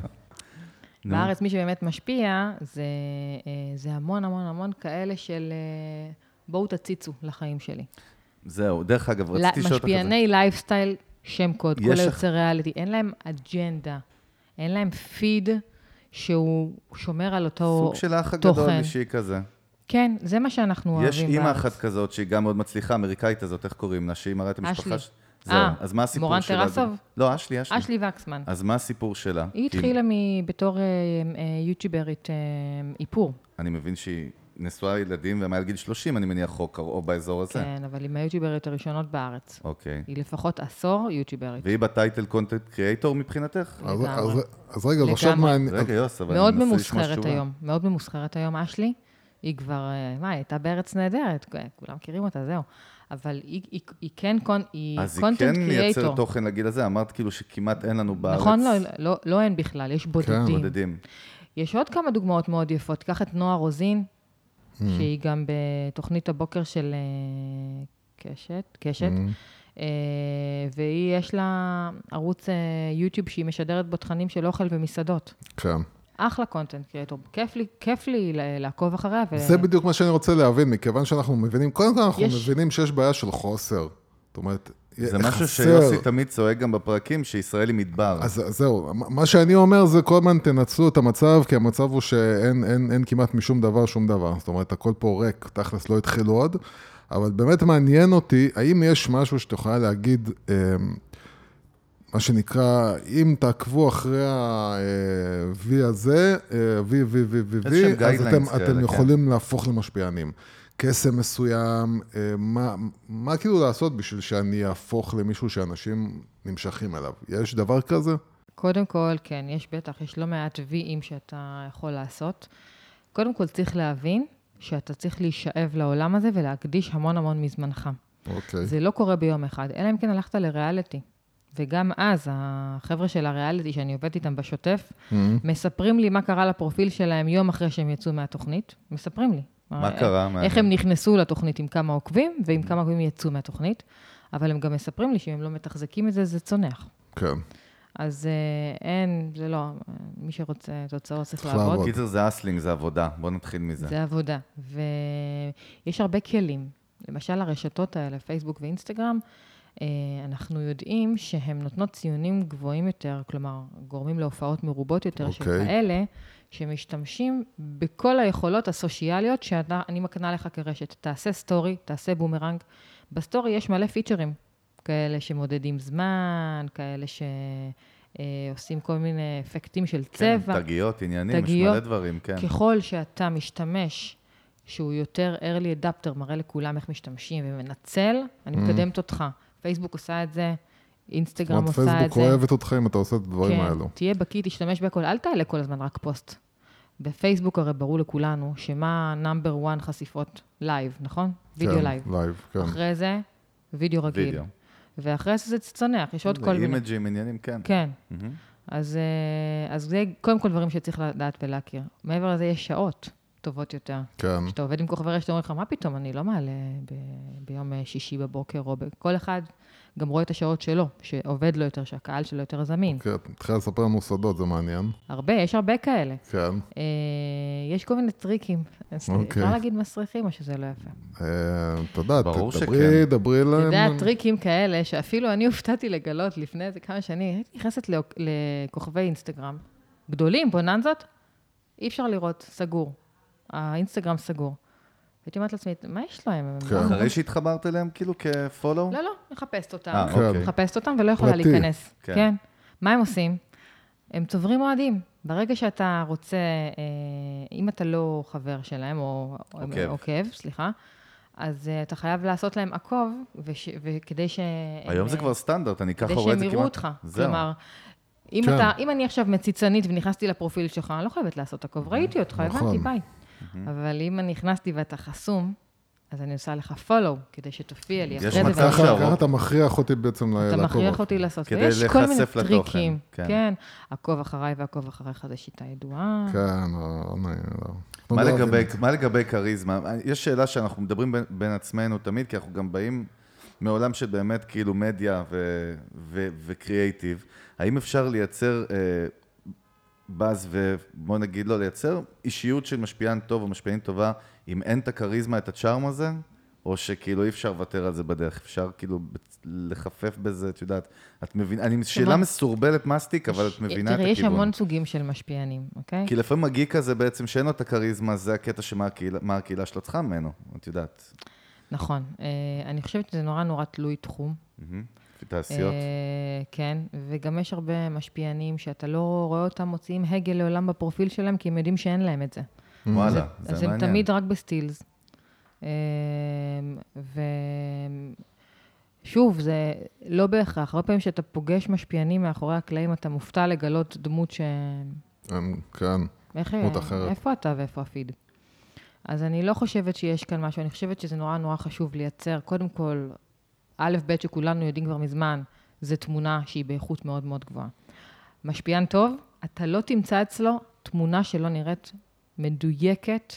בארץ מי שבאמת משפיע, זה, זה המון המון המון כאלה של בואו תציצו לחיים שלי. זהו, דרך אגב, רציתי לשאול אותך את זה. משפיעני לייפסטייל, שם קוד, כל יש היוצר ריאליטי, אין להם אג'נדה, אין להם פיד שהוא שומר על אותו תוכן. סוג של האח הגדול אישי כזה. כן, זה מה שאנחנו אוהבים בארץ. יש אימא אחת כזאת שהיא גם מאוד מצליחה, אמריקאית הזאת, איך קוראים לה, שהיא מראה את המשפחה... אשלי. זהו, אה, אז מה הסיפור מורן שלה? טרסוב? לא, אשלי, אשלי. אשלי וקסמן. אז מה הסיפור שלה? היא התחילה בתור יוטיוברית איפור. אני מבין שהיא נשואה ילדים, ומעל גיל שלושים, אני מניח חוק, או באזור הזה. כן, אבל היא מהיוטיוברית הראשונות בארץ. אוקיי. היא לפחות עשור יוטיוברית. והיא בטייטל קונטנט קריאטור מבחינתך? אז- לגמרי. אז- אז רגע, אז עכשיו לגמרי. מה... רגע, יוס, אבל מאוד אני מנסה לשמוע ממוסחרת תשובה. היום, מאוד ממוסחרת היום, אשלי. היא כבר, מה, היא הייתה בארץ נהדרת, כולם מכירים אותה, זהו. אבל היא, היא, היא כן, היא אז היא קונטנט כן קריאטור. מייצרת תוכן לגיל הזה, אמרת כאילו שכמעט אין לנו בארץ. נכון, לא, לא, לא אין בכלל, יש בודדים. בודדים. יש עוד כמה דוגמאות מאוד יפות. קח את נועה רוזין, שהיא גם בתוכנית הבוקר של אה, קשת, קשת, אה, והיא יש לה ערוץ אה, יוטיוב שהיא משדרת בו תכנים של אוכל ומסעדות. כן. אחלה קונטנט קריאטור. כיף לי, כיף לי לעקוב אחריה. ו... זה בדיוק מה שאני רוצה להבין, מכיוון שאנחנו מבינים, קודם כל אנחנו יש... מבינים שיש בעיה של חוסר. זאת אומרת, זה משהו חסר. שיוסי תמיד צועק גם בפרקים, שישראל היא מדבר. אז זהו, מה שאני אומר זה כל הזמן תנצלו את המצב, כי המצב הוא שאין אין, אין כמעט משום דבר, שום דבר. זאת אומרת, הכל פה ריק, תכלס לא התחילו עוד, אבל באמת מעניין אותי, האם יש משהו שאת יכולה להגיד, מה שנקרא, אם תעקבו אחרי ה-V הזה, V, V, V, V, V, אז אתם, אתם יכולים להפוך למשפיענים. קסם מסוים, מה, מה כאילו לעשות בשביל שאני אהפוך למישהו שאנשים נמשכים אליו? יש דבר כזה? קודם כל, כן, יש בטח, יש לא מעט ויים שאתה יכול לעשות. קודם כל צריך להבין שאתה צריך להישאב לעולם הזה ולהקדיש המון המון מזמנך. אוקיי. זה לא קורה ביום אחד, אלא אם כן הלכת לריאליטי. וגם אז, החבר'ה של הריאליטי שאני עובדת איתם בשוטף, mm-hmm. מספרים לי מה קרה לפרופיל שלהם יום אחרי שהם יצאו מהתוכנית. מספרים לי. מה קרה? איך הם נכנסו לתוכנית עם כמה עוקבים, ועם כמה עוקבים יצאו מהתוכנית. אבל הם גם מספרים לי שאם הם לא מתחזקים את זה, זה צונח. כן. אז אין, זה לא, מי שרוצה תוצאות צריך לעבוד. קיצר זה אסלינג, זה עבודה. בוא נתחיל מזה. זה עבודה. ויש הרבה כלים. למשל, הרשתות האלה, פייסבוק ואינסטגרם, אנחנו יודעים שהן נותנות ציונים גבוהים יותר, כלומר, גורמים להופעות מרובות יותר okay. שכאלה, שמשתמשים בכל היכולות הסוציאליות שאני מקנה לך כרשת. תעשה סטורי, תעשה בומרנג. בסטורי יש מלא פיצ'רים, כאלה שמודדים זמן, כאלה שעושים כל מיני אפקטים של צבע. כן, תגיות, עניינים, תגיות. יש מלא דברים, כן. ככל שאתה משתמש, שהוא יותר early adapter, מראה לכולם איך משתמשים ומנצל, אני מקדמת אותך. פייסבוק עושה את זה, אינסטגרם עושה את זה. פייסבוק אוהבת אותך אם אתה עושה את הדברים האלו. כן, תהיה בקיא, תשתמש בהכל, אל תעלה כל הזמן רק פוסט. בפייסבוק הרי ברור לכולנו, שמה נאמבר וואן חשיפות לייב, נכון? וידאו לייב. כן, לייב, כן. אחרי זה, וידאו רגיל. וידאו. ואחרי זה זה צונח, יש עוד כל מיני. אימג'ים, עניינים, כן. כן. אז זה קודם כל דברים שצריך לדעת ולהכיר. מעבר לזה יש שעות. טובות יותר. כן. כשאתה עובד עם כוכבי רשת, אומר לך, מה פתאום, אני לא מעלה ב- ביום שישי בבוקר, או כל אחד גם רואה את השעות שלו, שעובד לו יותר, שהקהל שלו יותר זמין. כן, תתחיל לספר לנו סודות, זה מעניין. הרבה, יש הרבה כאלה. כן. אה, יש כל מיני טריקים. אוקיי. אפשר להגיד מסריחים, או שזה לא יפה. אה, תודה, ברור דברי, שכן. דברי להם. אתה יודע, טריקים כאלה, שאפילו אני הופתעתי לגלות לפני איזה כמה שנים, הייתי נכנסת לכוכבי אינסטגרם, גדולים, בוננזות, אי אפשר לראות, סגור. האינסטגרם סגור. הייתי אומרת לעצמי, מה יש להם? אחרי שהתחברת אליהם כאילו כפולו? לא, לא, מחפשת אותם. אה, אוקיי. מחפשת אותם ולא יכולה פרטי. להיכנס. כן. כן. מה הם עושים? הם צוברים אוהדים. ברגע שאתה רוצה, אם אתה לא חבר שלהם, או עוקב. עוקב, סליחה, אז אתה חייב לעשות להם עקוב, וכדי ש... היום זה כבר סטנדרט, אני ככה רואה את זה כמעט. כדי שהם יראו אותך. כלומר, אם כן. אתה, אם אני עכשיו מציצנית ונכנסתי לפרופיל שלך, אני לא חייבת לעשות עקוב. ראיתי אותך, נכון. הבנתי, ביי. אבל אם אני נכנסתי ואתה חסום, אז אני עושה לך follow, כדי שתופיע לי. יש אחרי זה מצב ואני- שהרוב- ככה אתה מכריח אותי בעצם לעקוב. אתה מכריח אותי לעשות. כדי ויש כל מיני להיחשף לתוכן, טריקים. כן. כן. עקוב אחריי ועקוב אחריך זה שיטה ידועה. כן, לא נעים, לא. מה לא לגבי, אוהבים את זה. מה לגבי קריזמה? יש שאלה שאנחנו מדברים בין, בין עצמנו תמיד, כי אנחנו גם באים מעולם של באמת כאילו מדיה ו, ו, וקריאייטיב. האם אפשר לייצר אה, באז ובוא נגיד לא, לייצר אישיות של משפיען טוב או משפיען טובה, אם אין את הקריזמה, את הצ'ארם הזה? או שכאילו אי אפשר לוותר על זה בדרך, אפשר כאילו לחפף בזה, את יודעת, את מבינה, אני, שאלה מסורבלת מסטיק, אבל את מבינה את הכיוון. תראה, יש המון סוגים של משפיענים, אוקיי? כי לפעמים הגיק הזה בעצם שאין לו את הקריזמה, זה הקטע שמה הקהילה, מה הקהילה שלו צריכה ממנו, את יודעת. נכון. אני חושבת שזה נורא נורא תלוי תחום. תעשיות. כן, וגם יש הרבה משפיענים שאתה לא רואה אותם מוציאים הגל לעולם בפרופיל שלהם, כי הם יודעים שאין להם את זה. וואלה, זה אז מעניין. הם תמיד רק בסטילס. ושוב, זה לא בהכרח. הרבה פעמים שאתה פוגש משפיענים מאחורי הקלעים, אתה מופתע לגלות דמות ש... כן, איך, דמות אחרת. איפה אתה ואיפה הפיד? אז אני לא חושבת שיש כאן משהו, אני חושבת שזה נורא נורא חשוב לייצר, קודם כל, א' ב' שכולנו יודעים כבר מזמן, זה תמונה שהיא באיכות מאוד מאוד גבוהה. משפיען טוב, אתה לא תמצא אצלו תמונה שלא נראית מדויקת,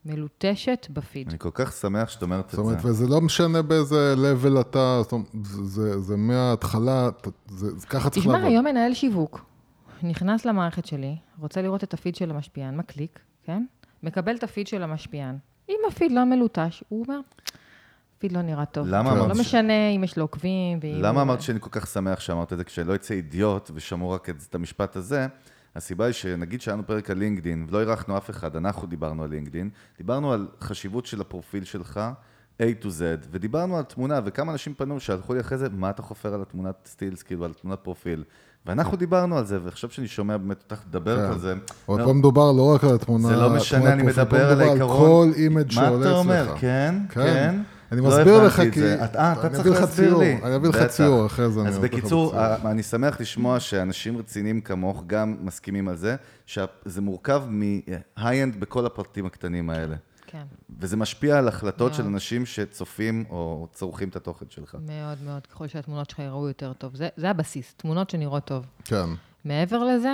מלוטשת בפיד. אני כל כך שמח שאת אומרת את זאת אומרת, זה. וזה לא משנה באיזה level אתה, זאת אומרת, זה, זה מההתחלה, זה, זה ככה צריך תשמע, לעבוד. היום מנהל שיווק, נכנס למערכת שלי, רוצה לראות את הפיד של המשפיען, מקליק, כן? מקבל את הפיד של המשפיען. אם הפיד לא מלוטש, הוא אומר, הפיד לא נראה טוב. למה אמרת לא ש- משנה אם יש לו עוקבים. ואם למה הוא- אמרת שאני כל כך שמח שאמרת את זה, כשלא יצא אידיוט ושמעו רק את המשפט הזה? הסיבה היא שנגיד שהיה לנו פרק על לינקדין, ולא אירחנו אף אחד, אנחנו דיברנו על לינקדין, דיברנו על חשיבות של הפרופיל שלך, A to Z, ודיברנו על תמונה, וכמה אנשים פנו שהלכו לי אחרי זה, מה אתה חופר על התמונת סטילס, כאילו על תמונת פרופיל. ואנחנו דיברנו על זה, ועכשיו שאני שומע באמת אותך לדבר כן. על זה. עוד לא, פעם מדובר לא רק על התמונה, זה לא משנה, תמונת אני פרופיל, פה מדבר על מדובר העיקרון. כל אימג' שעולה אצלך. מה אתה אומר? כן, כן. כן. אני לא מסביר לך הבנתי את כי... זה. אתה, אתה אני צריך אביא לך להסביר ציור, לי. אני אביא לך בטח. ציור אחרי זה. אני אז אביא לך בקיצור, בציור. אני שמח לשמוע שאנשים רציניים כמוך גם מסכימים על זה, שזה מורכב מ-high-end בכל הפרטים הקטנים האלה. כן, וזה משפיע על החלטות מאוד. של אנשים שצופים או צורכים את התוכן שלך. מאוד מאוד, ככל שהתמונות שלך יראו יותר טוב. זה, זה הבסיס, תמונות שנראות טוב. כן. מעבר לזה,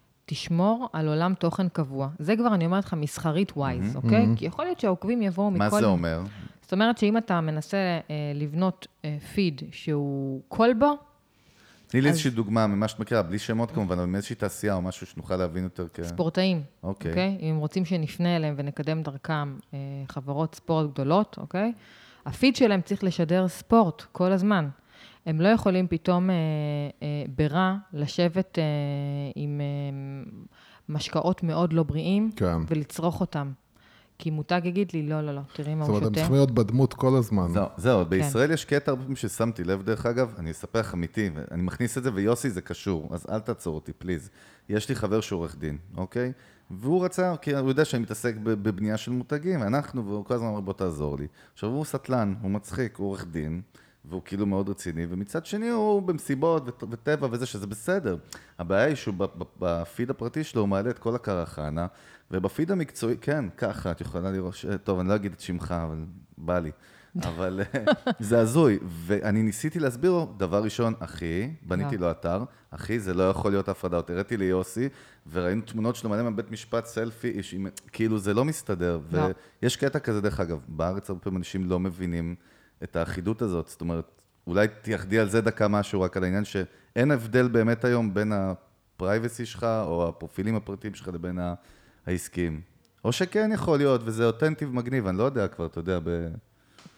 תשמור על עולם תוכן קבוע. זה כבר, אני אומרת לך, מסחרית ווייז, אוקיי? כי יכול להיות שהעוקבים יבואו מכל... מה זה אומר? זאת אומרת שאם אתה מנסה אה, לבנות אה, פיד שהוא כלבו, תני לי אז- איזושהי דוגמה ממה שאת מכירה, בלי שמות כמובן, אבל מאיזושהי תעשייה או משהו שנוכל להבין יותר כ... ספורטאים, אוקיי. אוקיי? אם הם רוצים שנפנה אליהם ונקדם דרכם אה, חברות ספורט גדולות, אוקיי? הפיד שלהם צריך לשדר ספורט כל הזמן. הם לא יכולים פתאום אה, אה, ברע לשבת אה, עם אה, משקאות מאוד לא בריאים כן. ולצרוך אותם. כי מותג יגיד לי, לא, לא, לא, תראי מה זאת הוא אומרת, הם שותה. צריכים להיות בדמות כל הזמן. זהו, זהו, כן. בישראל יש קטע הרבה פעמים ששמתי לב, דרך אגב, אני אספר לך אמיתי, ואני מכניס את זה, ויוסי זה קשור, אז אל תעצור אותי, פליז. יש לי חבר שהוא עורך דין, אוקיי? והוא רצה, כי הוא יודע שאני מתעסק בבנייה של מותגים, ואנחנו, והוא כל הזמן אומר, בוא תעזור לי. עכשיו, הוא סטלן, הוא מצחיק, הוא עורך דין, והוא כאילו מאוד רציני, ומצד שני הוא במסיבות וט- וטבע וזה, שזה בסדר. הבעיה היא שהוא ב- ב- בפיד הפרטי שלו, הוא מעלה את כל הקרחנה, ובפיד המקצועי, כן, ככה, את יכולה לראות, ש- טוב, אני לא אגיד את שמך, אבל בא לי. אבל זה הזוי, ואני ניסיתי להסביר לו, דבר ראשון, אחי, בניתי לו אתר, אחי, זה לא יכול להיות הפרדה, הראיתי לי יוסי, וראינו תמונות שלו מלא מבית משפט סלפי, יש- כאילו זה לא מסתדר, לא. ויש קטע כזה, דרך אגב, בארץ הרבה פעמים אנשים לא מבינים את האחידות הזאת, זאת אומרת, אולי תייחדי על זה דקה משהו, רק על העניין שאין הבדל באמת היום בין הפרייבסי שלך, או הפרופילים הפרטיים שלך לבין ה- העסקיים. או שכן יכול להיות, וזה אותנטי ומגניב, אני לא יודע כבר, אתה יודע, ב...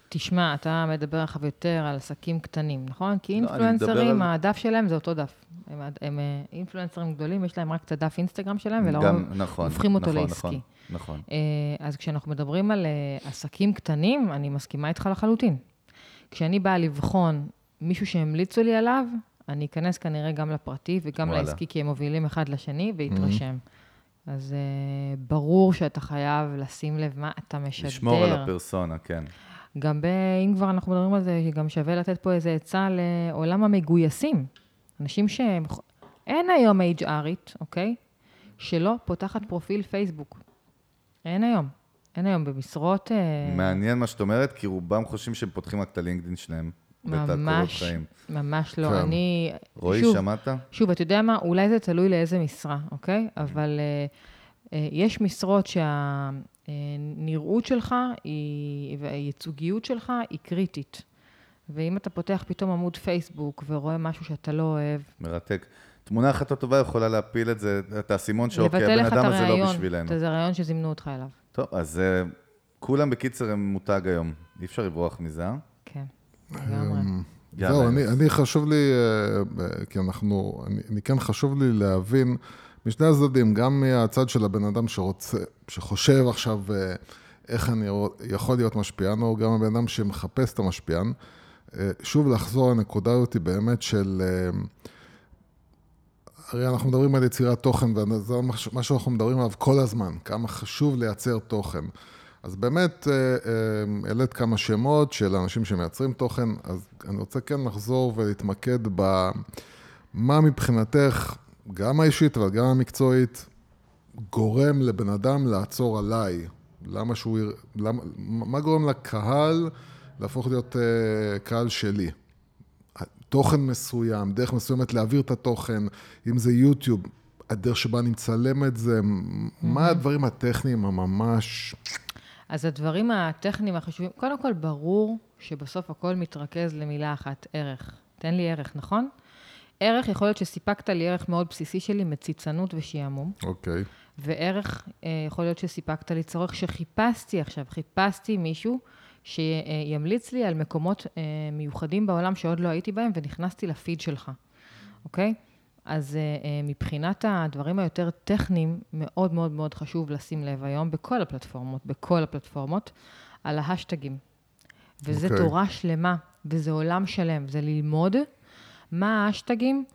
תשמע, אתה מדבר עכשיו יותר על עסקים קטנים, נכון? כי לא, אני מדבר אינפלואנסרים, על- הדף שלהם זה אותו דף. הם, הם אה, אינפלואנסרים גדולים, יש להם רק את הדף אינסטגרם שלהם, ולרוב גם, נכון, הופכים אותו נכון, לעסקי. נכון, נכון. אה, אז כשאנחנו מדברים על אה, עסקים קטנים, אני מסכימה איתך לחלוטין. כשאני באה לבחון מישהו שהמליצו לי עליו, אני אכנס כנראה גם לפרטי וגם וואלה. לעסקי, כי הם מובילים אחד לשני, והתרשם. אז אה, ברור שאתה חייב לשים לב מה אתה משדר. לשמור על הפרסונה, כן. גם ב... אם כבר אנחנו מדברים על זה, גם שווה לתת פה איזה עצה לעולם המגויסים. אנשים שהם... אין היום אייץ' ארית, אוקיי? שלא פותחת פרופיל פייסבוק. אין היום. אין היום במשרות... אה, מעניין מה שאת אומרת, כי רובם חושבים שהם פותחים רק את הלינקדאין שלהם. ואת הקורות ממש, חיים. ממש לא. כן. אני... רועי, שוב, שמעת? שוב, אתה יודע מה? אולי זה תלוי לאיזה משרה, אוקיי? אבל אה, אה, יש משרות שהנראות שלך היא, והייצוגיות שלך היא קריטית. ואם אתה פותח פתאום עמוד פייסבוק ורואה משהו שאתה לא אוהב, מרתק. תמונה אחת או טובה יכולה להפיל את זה, את האסימון שאוקיי, לבטל הבן לך את אדם הזה לא הרעיון, בשבילנו. זה רעיון שזימנו אותך אליו. טוב, אז uh, כולם בקיצר הם מותג היום. אי אפשר לברוח מזה, אה? כן, לגמרי. יאללה, זהו, אני, יוס. אני חשוב לי, אה, אה, כי אנחנו, אני, אני כן חשוב לי להבין, משני הצדדים, גם מהצד של הבן אדם שרוצה, שחושב עכשיו אה, איך אני יכול להיות משפיען, או גם הבן אדם שמחפש את המשפיען, אה, שוב לחזור לנקודה אותי באמת של, אה, הרי אנחנו מדברים על יצירת תוכן, וזה מה שאנחנו מדברים עליו כל הזמן, כמה חשוב לייצר תוכן. אז באמת, העלית כמה שמות של אנשים שמייצרים תוכן, אז אני רוצה כן לחזור ולהתמקד במה מבחינתך, גם האישית אבל גם המקצועית, גורם לבן אדם לעצור עליי. למה שהוא, למה, מה גורם לקהל להפוך להיות קהל שלי? תוכן מסוים, דרך מסוימת להעביר את התוכן, אם זה יוטיוב, הדרך שבה אני מצלם את זה, מה הדברים הטכניים הממש... אז הדברים הטכניים החשובים, קודם כל ברור שבסוף הכל מתרכז למילה אחת, ערך. תן לי ערך, נכון? ערך יכול להיות שסיפקת לי ערך מאוד בסיסי שלי, מציצנות ושיעמום. אוקיי. וערך יכול להיות שסיפקת לי צורך שחיפשתי עכשיו, חיפשתי מישהו שימליץ לי על מקומות מיוחדים בעולם שעוד לא הייתי בהם, ונכנסתי לפיד שלך, אוקיי? אז מבחינת הדברים היותר טכניים, מאוד מאוד מאוד חשוב לשים לב היום בכל הפלטפורמות, בכל הפלטפורמות, על ההשטגים. וזה אוקיי. תורה שלמה, וזה עולם שלם, זה ללמוד מה ההשטגים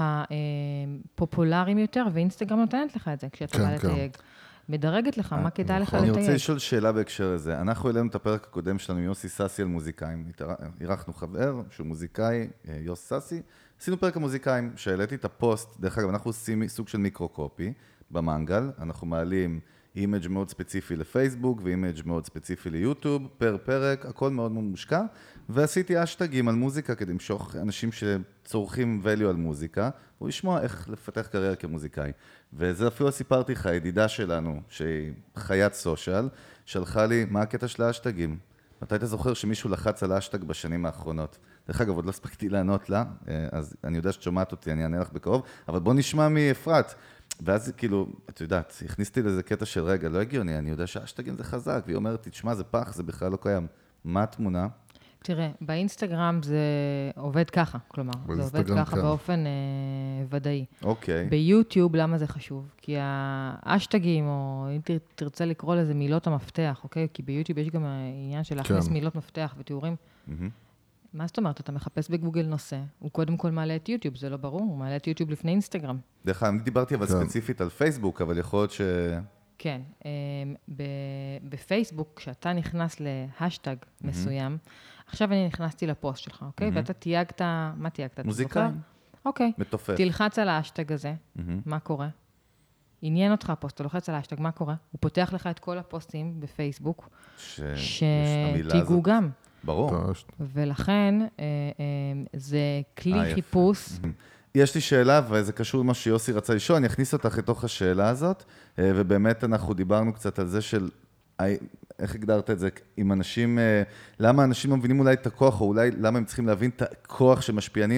הפופולריים יותר, ואינסטגרם נותנת לך את זה, כשאתה כן, בא כן. לתייג. מדרגת לך, מה כדאי לך אני לתייג. רוצה לשאול שאלה בהקשר לזה. אנחנו העלינו את הפרק הקודם שלנו עם יוסי ססי על מוזיקאים. אירחנו חבר שהוא מוזיקאי, יוסי ססי. עשינו פרק המוזיקאים, שהעליתי את הפוסט, דרך אגב, אנחנו עושים סוג של מיקרו-קופי במנגל. אנחנו מעלים אימג' מאוד ספציפי לפייסבוק ואימג' מאוד ספציפי ליוטיוב, פר פרק, הכל מאוד מאוד מושקע. ועשיתי אשטגים על מוזיקה כדי למשוך אנשים שצורכים value על מוזיקה, ולשמוע איך לפתח קריירה כמוזיקאי. וזה אפילו סיפרתי לך, הידידה שלנו, שהיא חיית סושיאל, שלחה לי, מה הקטע של האשטגים? מתי אתה זוכר שמישהו לחץ על האשטג בשנים האחרונות? דרך אגב, עוד לא הספקתי לענות לה, אז אני יודע שאת שומעת אותי, אני אענה לך בקרוב, אבל בוא נשמע מאפרת. ואז כאילו, את יודעת, הכניסתי לזה קטע של רגע, לא הגיוני, אני יודע שהאשטגים זה חזק, והיא אומרת, תשמע, זה פח, זה בכלל לא קיים. מה התמונה? תראה, באינסטגרם זה עובד ככה, כלומר, זה עובד באינסטגרם, ככה כן. באופן אה, ודאי. אוקיי. ביוטיוב, למה זה חשוב? כי האשטגים, או אם תר- תרצה לקרוא לזה מילות המפתח, אוקיי? כי ביוטיוב יש גם העניין של להכניס כן. מילות מפתח ותיאורים. מהמם. מה זאת אומרת? אתה מחפש בגוגל נושא, הוא קודם כל מעלה את יוטיוב, זה לא ברור, הוא מעלה את יוטיוב לפני אינסטגרם. דרך אגב, אני דיברתי אבל כן. ספציפית על פייסבוק, אבל יכול להיות ש... כן, אה, ב- בפייסבוק, כשאתה נכנס להשטג מסוים, עכשיו אני נכנסתי לפוסט שלך, אוקיי? ואתה תייגת, מה תייגת? אתה מוזיקאי. זוכר? אוקיי. מתופף. תלחץ על ההשטג הזה, מהמם. מה קורה? עניין אותך הפוסט, אתה לוחץ על ההשטג, מה קורה? הוא פותח לך את כל הפוסטים בפייסבוק, ש- יש המילה הזאת. שתיגעו גם. ברור. אתה- ולכן, אה, אה, זה אה, כלי יפה. חיפוש. יש לי שאלה, וזה קשור למה שיוסי רצה לשאול, אני אכניס אותך לתוך השאלה הזאת, אה, ובאמת אנחנו דיברנו קצת על זה של, אה, איך הגדרת את זה, עם אנשים, אה, למה אנשים לא מבינים אולי את הכוח, או אולי למה הם צריכים להבין את הכוח של משפיענים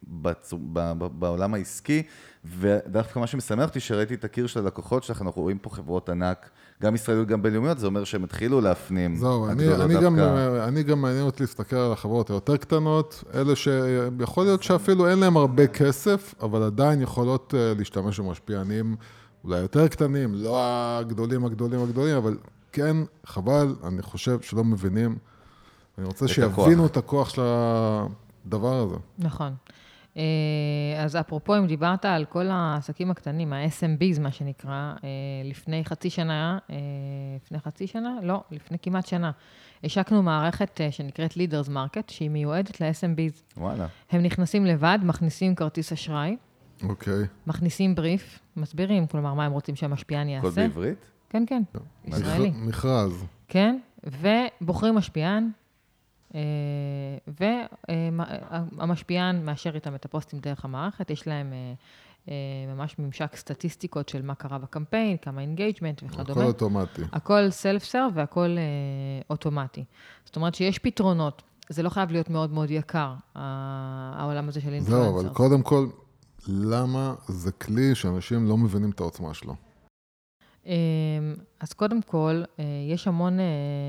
בצו, ב, ב, בעולם העסקי, ודווקא מה שמשמח אותי, שראיתי את הקיר של הלקוחות שלך, אנחנו רואים פה חברות ענק, גם ישראליות, גם בינלאומיות, זה אומר שהם התחילו להפנים. זהו, אני, אני, גם, אני גם מעניין אותי להסתכל על החברות היותר קטנות, אלה שיכול להיות שאפילו אין להם הרבה כסף, אבל עדיין יכולות להשתמש במשפיענים, אולי יותר קטנים, לא הגדולים הגדולים הגדולים, אבל כן, חבל, אני חושב שלא מבינים, אני רוצה שיבינו את הכוח של הדבר הזה. נכון. אז אפרופו, אם דיברת על כל העסקים הקטנים, ה-אס אם ביז, מה שנקרא, לפני חצי שנה, לפני חצי שנה? לא, לפני כמעט שנה, השקנו מערכת שנקראת Leaders Market, שהיא מיועדת ל-אס אם ביז. וואלה. הם נכנסים לבד, מכניסים כרטיס אשראי, אוקיי. מכניסים בריף, מסבירים, כלומר, מה הם רוצים שהמשפיען יעשה. כל בעברית? כן, כן, ישראלי. מכרז. כן, ובוחרים משפיען, והמשפיען מאשר איתם את הפוסטים דרך המערכת, יש להם ממש ממשק סטטיסטיקות של מה קרה בקמפיין, כמה אינגייג'מנט וכדומה. הכל אוטומטי. הכל סלף-סרב והכל אוטומטי. זאת אומרת שיש פתרונות, זה לא חייב להיות מאוד מאוד יקר, העולם הזה של אינפלואנסר. זהו, אבל קודם כל, למה זה כלי שאנשים לא מבינים את העוצמה שלו? אז קודם כל, יש המון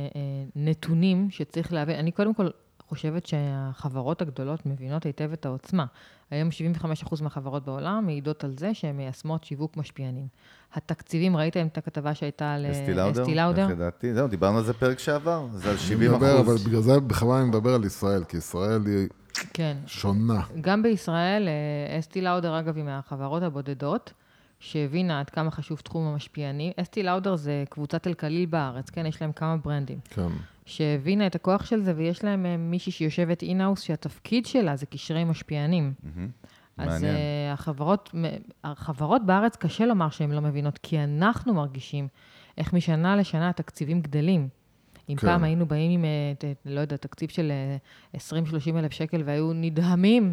נתונים שצריך להבין. אני קודם כל חושבת שהחברות הגדולות מבינות היטב את העוצמה. היום שבעים וחמישה אחוז מהחברות בעולם מעידות על זה שהן מיישמות שיווק משפיענים. התקציבים, ראיתם את הכתבה שהייתה על אסתי לאודר? איך ידעתי? זהו, דיברנו על זה פרק שעבר, זה על שבעים אחוז. אבל בגלל זה בכלל אני מדבר על ישראל, כי ישראל היא כן. שונה. גם בישראל, אסתי לאודר, אגב, היא מהחברות הבודדות, שהבינה עד כמה חשוב תחום המשפיענים. אסתי לאודר זה קבוצת אל-קליל בארץ, כן? יש להם כמה ברנדים. כן. שהבינה את הכוח של זה, ויש להם מישהי שיושבת אינאוס, שהתפקיד שלה זה קשרי משפיענים. אז מעניין. החברות, החברות בארץ קשה לומר שהן לא מבינות, כי אנחנו מרגישים איך משנה לשנה התקציבים גדלים. אם כן. פעם היינו באים עם, לא יודע, תקציב של עשרים שלושים אלף שקל, והיו נדהמים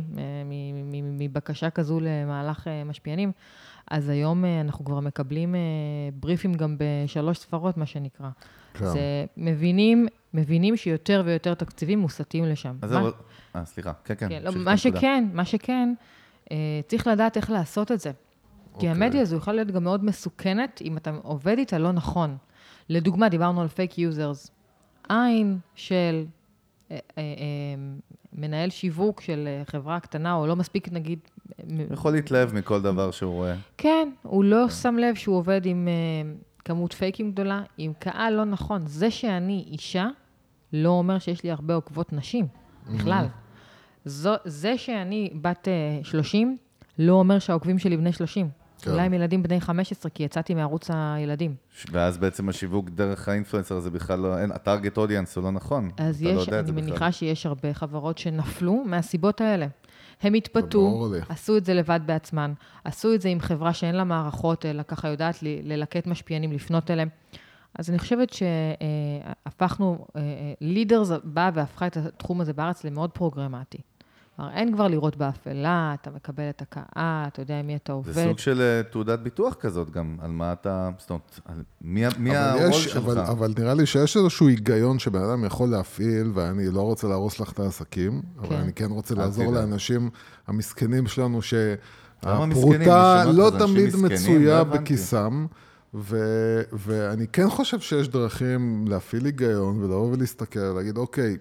מבקשה כזו למהלך משפיענים, אז היום אנחנו כבר מקבלים בריפים גם בשלוש ספרות, מה שנקרא. כן. זה מבינים, מבינים שיותר ויותר תקציבים מוסתים לשם. אז אבל... אה, סליחה. כן, כן. כן, לא, מה שכן, מה שכן, צריך לדעת איך לעשות את זה. כי המדיה הזו יכולה להיות גם מאוד מסוכנת, אם אתה עובד איתה לא נכון. לדוגמה, דיברנו על פייק יוזרס. עין של אה, אה, מנהל שיווק של חברה קטנה, או לא מספיק, נגיד... יכול להתלהב מכל דבר שהוא רואה. כן, הוא לא שם לב שהוא עובד עם אה, כמות פייקים גדולה, עם קהל לא נכון. זה שאני אישה, לא אומר שיש לי הרבה עוקבות נשים, בכלל. זו, זה שאני בת אה, שלושים, לא אומר שהעוקבים שלי בני שלושים. כן. אולי עם ילדים בני חמש עשרה, כי יצאתי מערוץ הילדים. ואז בעצם השיווק דרך האינפלואנסר הזה בכלל לא, אין, הטארגט אודיאנס הוא לא נכון. אז יש, לא אני מניחה בכלל. שיש הרבה חברות שנפלו מהסיבות האלה. הם התפתו, עשו את זה לבד בעצמן, עשו את זה עם חברה שאין לה מערכות, אלא ככה יודעת ללקט משפיענים, לפנות אליהם. אז אני חושבת שהפכנו, לידרס באה והפכה את התחום הזה בארץ למאוד פרוגרמטי. כלומר, אין כבר לראות באפלה, אתה מקבל את הקאה, אתה יודע מי אתה עובד. זה סוג של תעודת ביטוח כזאת גם, על מה אתה, זאת אומרת, מי, מי הרול שלך. אבל, אבל נראה לי שיש איזשהו היגיון שבן אדם יכול להפעיל, ואני לא רוצה להרוס לך את העסקים, כן. אבל אני כן רוצה לעזור לאנשים המסכנים שלנו, שהפרוטה לא תמיד מצויה בכיסם, ו- ואני כן חושב שיש דרכים להפעיל היגיון, ולבוא ולהסתכל, להגיד, אוקיי,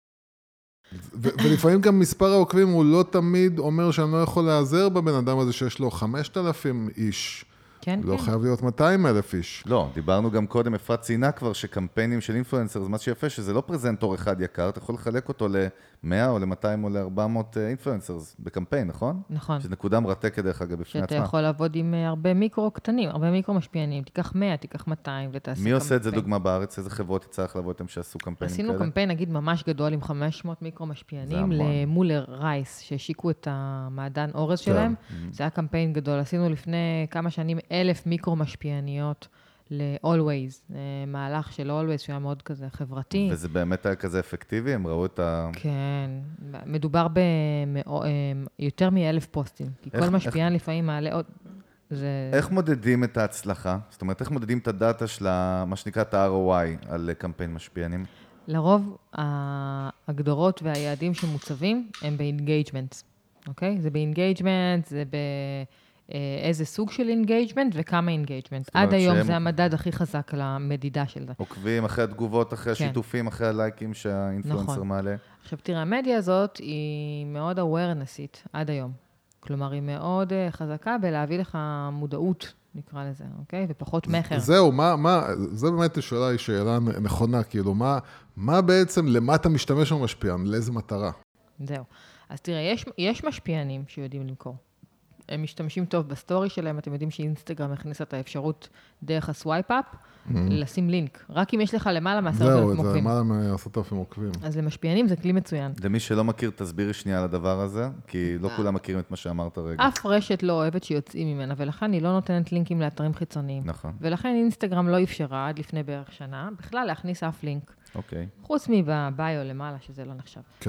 ולפעמים גם מספר העוקבים הוא לא תמיד אומר שאני לא יכול לעזר בבן אדם הזה שיש לו חמשת אלפים איש. כן, לא כן. חייב להיות מאתיים אלף איש. לא, דיברנו גם קודם, אפרת ציינה כבר שקמפיינים של אינפלואנסר, זה מה שיפה שזה לא פרזנטור אחד יקר, אתה יכול לחלק אותו ל-מאה או ל-מאתיים או ל-ארבע מאות אינפלואנסרס בקמפיין, נכון? נכון. שזה נקודה מרתקת דרך אגב בפני עצמה. שאתה יכול לעבוד עם הרבה מיקרו קטנים, הרבה מיקרו משפיענים, תיקח מאה, תיקח מאתיים ותעשה קמפיין. מי עושה את זה דוגמה בארץ? איזה חברות יצטרך לעבוד איתם שעשו קמפיינים כאלה? עשינו קמפיין, נגיד, ממש גדול עם חמש מאות מיקרו משפיענים למולר רייס, שהשיקו את המעדן אורז שלהם. זה היה קמפיין גדול. עשינו לפני כמה שנים אלף מיקרו משפיעניות ל-Always, מהלך של Always, שהיה מאוד כזה חברתי. וזה באמת היה כזה אפקטיבי? הם ראו את ה... כן, מדובר ביותר מאלף פוסטים, כי כל משפיען לפעמים מעלה עוד... איך מודדים את ההצלחה? זאת אומרת, איך מודדים את הדאטה של מה שנקרא את ה-אר או איי על קמפיין משפיענים? לרוב, ההגדרות והיעדים שמוצבים הם ב-engagements. אוקיי? זה באינגייג'מנט, זה באיזה סוג של אינגייג'מנט וכמה אינגייג'מנט. עד היום זה המדד הכי חזק למדידה של זה. עוקבים אחרי התגובות, אחרי השיתופים, אחרי הלייקים שהאינפלואנסר מעלה. עכשיו תראה, המדיה הזאת היא מאוד awarenessית עד היום. כלומר, היא מאוד חזקה בלהביא לך מודעות, נקרא לזה, אוקיי? ופחות מחר. זהו, מה, מה, זה באמת השאלה היא שאלה נכונה, כאילו, מה, מה בעצם, למה אתה משתמש במשפיען, לאיזה מטרה? זהו. אז תראה, יש, יש משפיענים שיודעים למכור. הם משתמשים טוב בסטורי שלהם, אתם יודעים שאינסטגרם הכניסה את האפשרות דרך הסווייפ-אפ, mm-hmm. לשים לינק. רק אם יש לך למעלה מעשרת אלפים עוקבים. זהו, זה למעלה מעשרת אלפים עוקבים. אז למשפיענים זה כלי מצוין. למי שלא מכיר, תסבירי שנייה על הדבר הזה, כי לא כולם מכירים את מה שאמרת רגע. אף רשת לא אוהבת שיוצאים ממנה, ולכן היא לא נותנת לינקים לאתרים חיצוניים. נכון. ולכן אינסטגרם לא אפשרה עד לפני בערך שנה, בכלל להכניס אף לינק. אוקיי. חוץ מבביו למעלה, שזה לא נחשב. כן.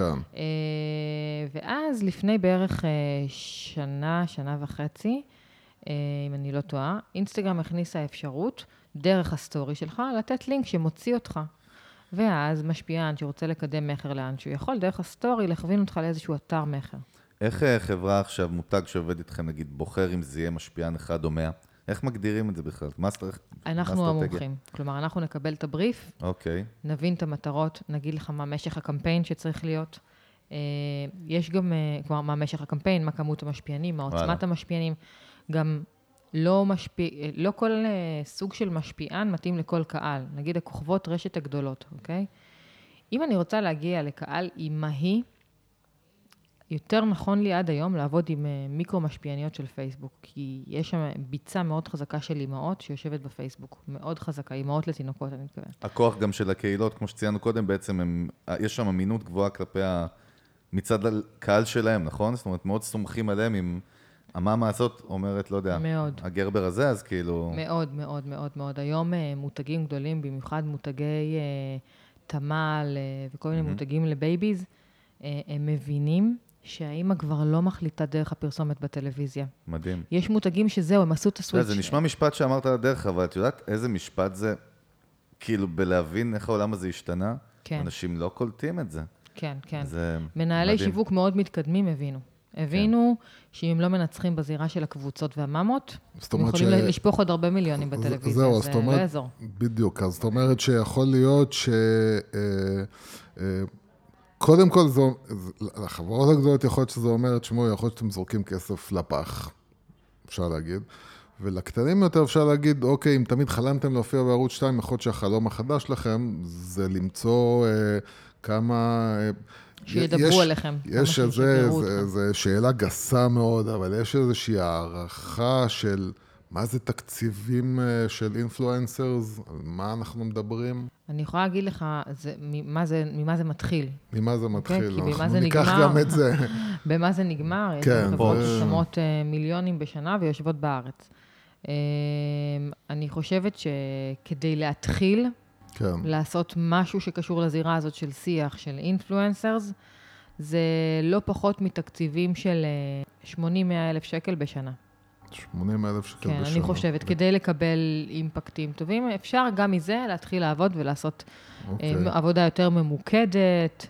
ואז לפני בערך שנה, שנה וחצי, אם אני לא טועה, אינסטגרם הכניסה אפשרות, דרך הסטורי שלך, לתת לינק שמוציא אותך. ואז משפיען שרוצה לקדם מחר לאן שהוא יכול, דרך הסטורי, להכווין אותך לאיזשהו אתר מחר. איך חברה עכשיו, מותג שעובד איתכם, נגיד, בוחר אם זה יהיה משפיען אחד או מאה? איך מגדירים את זה בכלל? מה אסטרטגיה? אנחנו המומחים. כלומר, אנחנו נקבל את הבריף, אוקיי. נבין את המטרות, נגיד לך מה משך הקמפיין שצריך להיות. יש גם, כלומר, מה משך הקמפיין, מה כמות המשפיענים, מה עוצמת המשפיענים. גם לא משפיע, לא כל סוג של משפיען מתאים לכל קהל. נגיד, הכוכבות רשת הגדולות, אוקיי? אם אני רוצה להגיע לקהל אימהי, יותר נכון לי עד היום לעבוד עם מיקרו משפיעניות של פייסבוק, כי יש שם ביצה מאוד חזקה של אימהות שיושבת בפייסבוק, מאוד חזקה, אימהות לתינוקות, אני מתכוון. הכוח גם של הקהילות, כמו שציינו קודם, בעצם הם, יש שם אמינות גבוהה כלפי מצד הקהל שלהם, נכון? זאת אומרת, מאוד סומכים עליהם עם המאמה הזאת אומרת, לא יודע, מאוד. הגרבר הזה, אז כאילו... מאוד, מאוד, מאוד, מאוד. היום מותגים גדולים, במיוחד מותגי תמל וכל מיני מותגים לבייביז, הם מבינים שהאימא כבר לא מחליטה דרך הפרסומת בטלוויזיה. מדהים. יש מותגים שזהו, הם עשו את הסוויץ'. זה נשמע משפט שאמרת על הדרך, אבל את יודעת איזה משפט זה, כאילו בלהבין איך העולם הזה השתנה? כן. אנשים לא קולטים את זה. כן, כן. מנהלי שיווק מאוד מתקדמים הבינו. הבינו שאם לא מנצחים בזירה של הקבוצות והממות, הם יכולים לשפוך עוד הרבה מיליונים בטלוויזיה. זהו, זאת אומרת, בדיוק, אז זאת אומרת שיכול להיות ש... קודם כל, לחברות הגדולות יכול להיות שזה אומר, תשמעו, יכול להיות שאתם זורקים כסף לפח, אפשר להגיד. ולקטנים יותר אפשר להגיד, אוקיי, אם תמיד חלמתם להופיע בערוץ שתיים, יכול להיות שהחלום החדש לכם, זה למצוא אה, כמה... אה, שידברו יש, עליכם. יש איזה, זה, זה שאלה גסה מאוד, אבל יש איזושהי הערכה של... מה זה תקציבים של אינפלואנסרס? על מה אנחנו מדברים? אני יכולה להגיד לך, זה, ממה, זה, ממה זה מתחיל. ממה זה מתחיל, okay, אנחנו זה ניקח נגמר, גם את זה. במה זה נגמר? כן. יש חברות ששמות מיליונים בשנה ויושבות בארץ. אני חושבת שכדי להתחיל, כן. לעשות משהו שקשור לזירה הזאת של שיח, של אינפלואנסרס, זה לא פחות מתקציבים של שמונים מאה אלף שקל בשנה. שמונים אלף שקל כן, בשנה. אני חושבת, כדי לקבל אימפקטים טובים, אפשר גם מזה להתחיל לעבוד ולעשות אוקיי. עבודה יותר ממוקדת.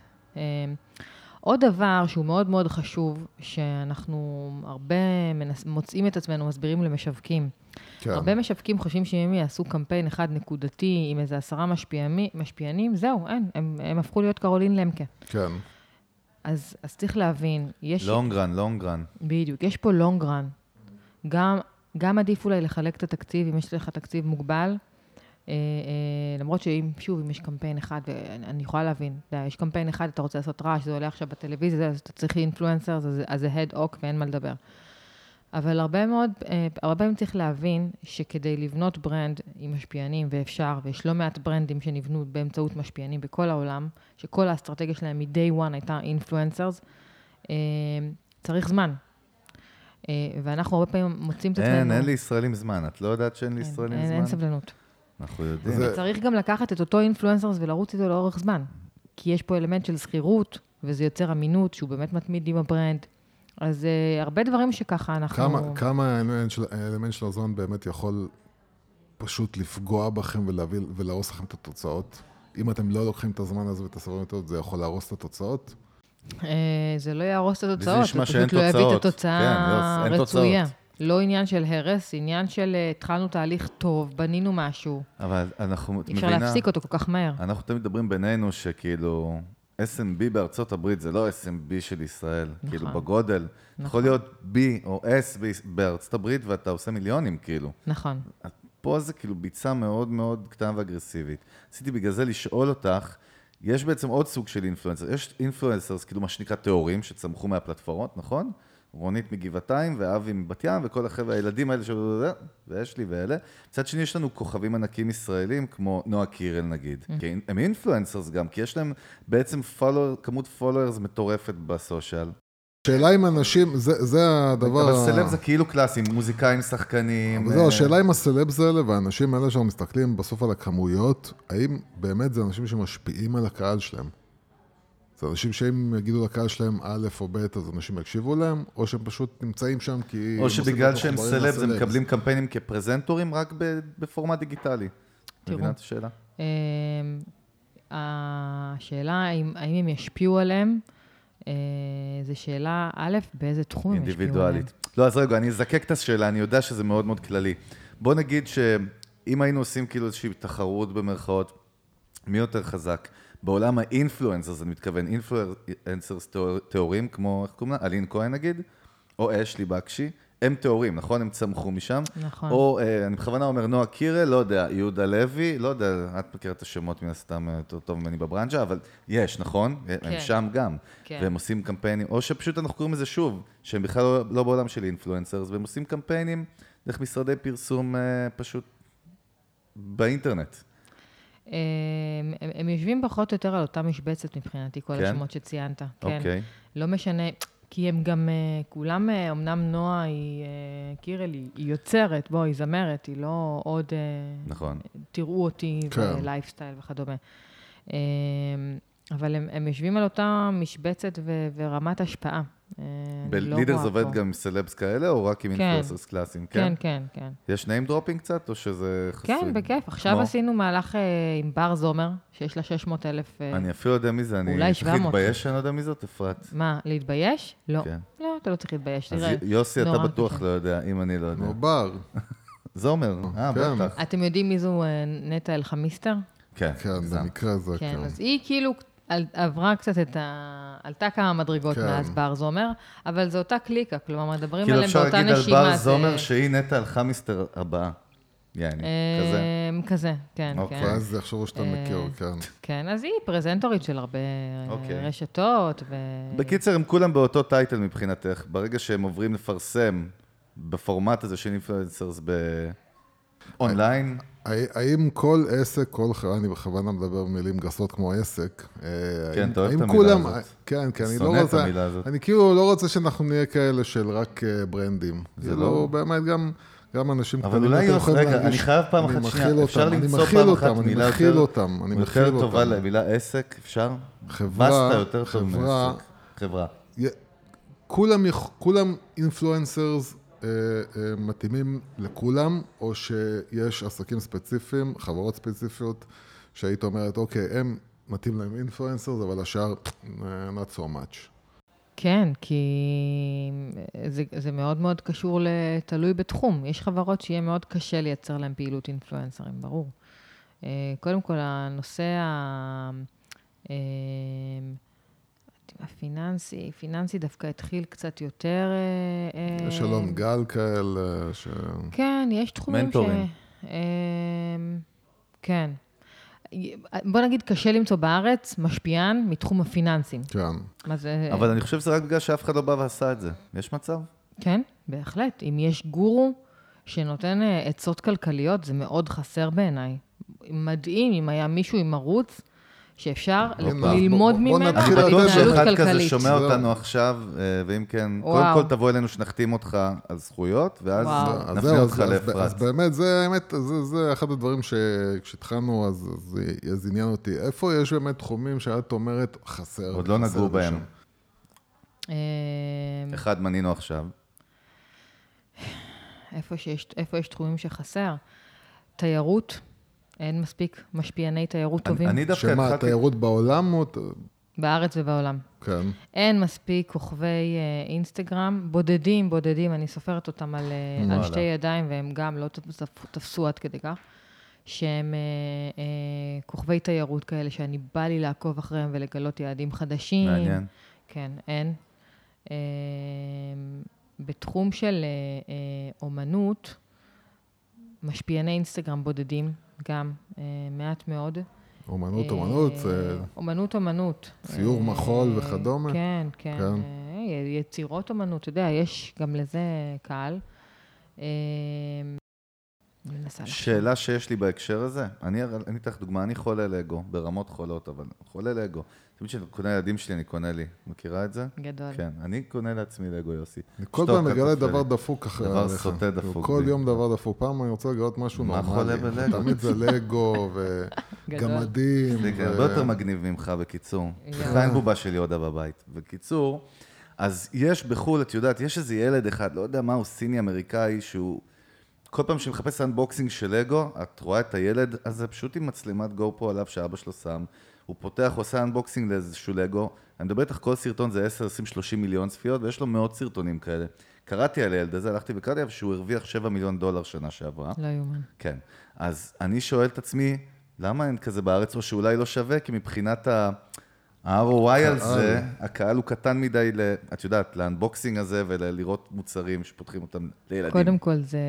עוד דבר שהוא מאוד מאוד חשוב, שאנחנו הרבה מוצאים את עצמנו, מסבירים למשווקים. כן. הרבה משווקים חושבים שאם יעשו קמפיין אחד נקודתי עם איזה עשרה משפיענים, משפיענים, זהו, אין, הם, הם הפכו להיות קרולין למקה. כן. אז, אז צריך להבין, יש... לונגרן, לונגרן. בדיוק, יש פה לונגרן. גם, גם עדיף אולי לחלק את התקציב, אם יש לך תקציב מוגבל, אה, אה, למרות שאם, שוב, אם יש קמפיין אחד, ואני יכולה להבין, דה, יש קמפיין אחד, אתה רוצה לעשות רעש, זה עולה עכשיו בטלוויזיה, אז אתה צריך אינפלואנסר, אז, אז זה הד-אוק ואין מה לדבר. אבל הרבה מאוד, אה, הרבה פעמים צריך להבין שכדי לבנות ברנד עם משפיענים, ואפשר, ויש לא מעט ברנדים שנבנו באמצעות משפיענים בכל העולם, שכל האסטרטגיה שלהם מ-day one הייתה אינפלואנסרס, אה, צריך זמן. ואנחנו הרבה פעמים מוצאים את עצמנו... אין, אין לישראלים זמן. את לא יודעת שאין לישראלים זמן? אין סבלנות. אנחנו יודעים. צריך גם לקחת את אותו אינפלואנסרס ולרוץ איתו לאורך זמן. כי יש פה אלמנט של סחירות, וזה יוצר אמינות, שהוא באמת מתמיד עם הברנד. אז הרבה דברים שככה אנחנו... כמה האלמנט של הזמן באמת יכול פשוט לפגוע בכם ולהרוס לכם את התוצאות? אם אתם לא לוקחים את הזמן הזה ואת הסבלנות, זה יכול להרוס את התוצאות? זה לא יהרוס את התוצאות, נשמע זה שאין פשוט לא יביא את תוצאות. התוצאה כן, אין הרצויה. תוצאות. לא עניין של הרס, עניין של התחלנו תהליך טוב, בנינו משהו. אבל אנחנו, אי אפשר מבינה, להפסיק אותו כל כך מהר. אנחנו תמיד מדברים בינינו שכאילו, אס אנד בי בארצות הברית זה לא אס אנד בי של ישראל, נכון. כאילו בגודל. נכון. יכול להיות B או S בארצות הברית ואתה עושה מיליונים, כאילו. נכון. פה זה כאילו ביצה מאוד מאוד קטנה ואגרסיבית. עשיתי בגלל זה לשאול אותך, יש בעצם עוד סוג של אינפלואנסר. יש אינפלואנסרס, כאילו מה שנקרא תיאורים, שצמחו מהפלטפורמות, נכון? רונית מגבעתיים ואבי מבת ים וכל החבר'ה, הילדים האלה שלו, ויש לי ואלה. מצד שני, יש לנו כוכבים ענקים ישראלים, כמו נועה קירל נגיד. כי הם אינפלואנסרס גם, כי יש להם בעצם follower, כמות followers מטורפת בסושיאל. השאלה עם אנשים, זה, זה הדבר... אבל סלב זה כאילו קלאסי, מוזיקאים, שחקנים... אבל זהו, השאלה עם הסלבס האלה, והאנשים האלה שאנחנו מסתכלים בסוף על הכמויות, האם באמת זה אנשים שמשפיעים על הקהל שלהם? זה אנשים שאם יגידו לקהל שלהם א' או ב', אז אנשים יקשיבו להם, או שהם פשוט נמצאים שם כי... או שבגלל שהם סלבס, הם מקבלים קמפיינים כפרזנטורים רק בפורמט דיגיטלי. תראו. מבינה את השאלה? השאלה האם הם ישפיעו עליהם, זו שאלה א', באיזה תחום הם ישפיעו עליהם. אינדיבידואלית. לא, אז רגע, אני אזקק את השאלה, אני יודע שזה מאוד מאוד כללי. בוא נגיד שאם היינו עושים כאילו איזושהי תחרות במרכאות, מי יותר חזק? בעולם האינפלואנסרס, אני מתכוון, אינפלואנסרס תיאורים, כמו, איך קוראים לה? אלין כהן נגיד, או אשלי בקשי, הם תיאורים, נכון? הם צמחו משם. נכון. או, אני בכוונה אומר, נועה קירל, לא יודע, יהודה לוי, לא יודע, את מכירה את השמות מן הסתם יותר טוב ממני בברנז'ה, אבל יש, נכון? כן. הם שם גם. כן. והם עושים קמפיינים, או שפשוט אנחנו קוראים לזה שוב, שהם בכלל לא, לא בעולם של אינפלואנסרס, והם עושים קמפיינים דרך משרדי פרסום פשוט באינטרנט. הם, הם, הם יושבים פחות או יותר על אותה משבצת מבחינתי, כל כן? השמות שציינת. אוקיי. כן. לא משנה, כי הם גם, כולם, אמנם נועה היא, קירל, היא, היא יוצרת, בוא, היא זמרת, היא לא עוד, נכון. תראו אותי, כן. ולייפסטייל וכדומה. אבל הם, הם יושבים על אותה משבצת ו, ורמת השפעה. בלידרס עובד גם עם סלבס כאלה, או רק עם אינפלואנסרס קלאסיים? כן, כן, כן. יש ניים דרופינג קצת, או שזה חסוי? כן, בכיף. עכשיו עשינו מהלך עם בר זומר, שיש לה שש מאות אלף... אני אפילו יודע מי זה, אני צריך להתבייש שאני לא יודע מי זאת, אפרת. מה, להתבייש? לא. כן. לא, אתה לא צריך להתבייש. אז יוסי, אתה בטוח לא יודע, אם אני לא יודע. נו, בר. זומר, אה, בטח. אתם יודעים מי זו נטע אלחמיסטר? כן. כן, במקרה זה, כן. אז היא כאילו... עברה קצת את ה... עלתה כמה מדרגות מאז בר זומר, אבל זו אותה קליקה, כלומר, מדברים עליהם באותה נשימה. כאילו אפשר להגיד על בר זומר שהיא נטע אלחמיסטר הבאה. יעני, כזה. כזה, כן, כן. ואז יחשבו שאתה מכיר, כן. כן, אז היא פרזנטורית של הרבה רשתות. בקיצר, הם כולם באותו טייטל מבחינתך. ברגע שהם עוברים לפרסם בפורמט הזה של אינפלואנסרס באונליין, האם כל עסק, כל חברה, אני בכוונה מדבר במילים גסות כמו עסק, כן, אתה אוהב את המילה הזאת. כן, כן, אני לא שונא את רוצה, המילה הזאת. אני כאילו לא רוצה שאנחנו נהיה כאלה של רק ברנדים. זה לא, באמת גם, גם אנשים אבל אולי יוס, רגע, אני חייב פעם אחת שנייה, אפשר למצוא פעם אחת מילה יותר טובה למילה עסק, אפשר? חברה, יותר טוב מעסק. חברה. כולם אינפלואנסרס, מתאימים לכולם, או שיש עסקים ספציפיים, חברות ספציפיות, שהיית אומרת, אוקיי, הם מתאים להם אינפלואנסרס, אבל השאר, not so much. כן, כי זה, זה מאוד מאוד קשור לתלוי בתחום. יש חברות שיהיה מאוד קשה לייצר להם פעילות אינפלואנסרים, ברור. קודם כל, הנושא ה... הפיננסי, פיננסי דווקא התחיל קצת יותר... יש אלון גל כאלה ש... כן, יש תחומים מנטורים. ש... כן. בוא נגיד, קשה למצוא בארץ משפיען מתחום הפיננסים. כן. זה... אבל אני חושב שזה רק בגלל שאף אחד לא בא ועשה את זה. יש מצב? כן, בהחלט. אם יש גורו שנותן עצות כלכליות, זה מאוד חסר בעיניי. מדהים אם היה מישהו עם ערוץ, שאפשר ללמוד ממנו אני בטוח שאחד כזה שומע אותנו עכשיו, ואם כן, קודם כל תבוא אלינו שנחתים אותך על זכויות, ואז נפנה אותך לאפרת. אז באמת, זה אחד הדברים שכשהתחלנו, אז עניין אותי. איפה יש באמת תחומים שאת אומרת חסר? עוד לא נגעו בהם. אחד מנינו עכשיו. איפה יש תחומים שחסר? תיירות. אין מספיק משפיעני תיירות טובים. אני דווקא... שמה, תיירות בעולם או... בארץ ובעולם. כן. אין מספיק כוכבי אינסטגרם, בודדים, בודדים, אני סופרת אותם על, על שתי ידיים, והם גם לא תפסו עד כדי כך, שהם אה, אה, כוכבי תיירות כאלה, שאני בא לי לעקוב אחריהם ולגלות יעדים חדשים. מעניין. כן, אין. אה, בתחום של אה, אה, אומנות, משפיעני אינסטגרם בודדים, גם אה, מעט מאוד. אומנות, אומנות, זה... אומנות, אומנות. ציור מחול וכדומה. כן, כן. יצירות אומנות, אתה יודע, יש גם לזה קהל. שאלה שיש לי בהקשר הזה, אני אתן לך דוגמה, אני חולה לגו, ברמות חולות, אבל חולה לגו. תמיד שאני קונה ילדים שלי, אני קונה לי. מכירה את זה? גדול. כן, אני קונה לעצמי לגו, יוסי. אני כל פעם מגלה דבר דפוק אחרי עליך. דבר סוטה דפוק. כל יום דבר דפוק. פעם אני רוצה לגלות משהו נורמלי. מה חולה בלגו? תמיד זה לגו וגמדים. זה הרבה יותר מגניב ממך, בקיצור. אין בובה של יודה בבית. בקיצור, אז יש בחול, את יודעת, יש איזה ילד אחד, לא יודע מה הוא, סיני אמריקאי, שהוא כל פעם שמחפש אנבוקסינג של לגו, את רואה את הילד, אז זה פשוט עם מצלמת גו פרו עליו שאבא שלו שם, הוא פותח, עושה אנבוקסינג לאיזשהו לגו, אני מדבר איתך, כל סרטון זה עשר, עשרים, שלושים מיליון צפיות, ויש לו מאות סרטונים כאלה. קראתי על הילד הזה, הלכתי וקראתי עליו שהוא הרוויח שבעה מיליון דולר שנה שעברה. לא יומן. כן. אז אני שואל את עצמי, למה אין כזה בארץ, או שאולי לא שווה, כי מבחינת ה-אר או איי על זה, הקהל הוא קטן מדי, את יודעת, לאנבוקסינג הזה ולראות מוצרים שפותחים אותם לילדים. קודם כל, זה,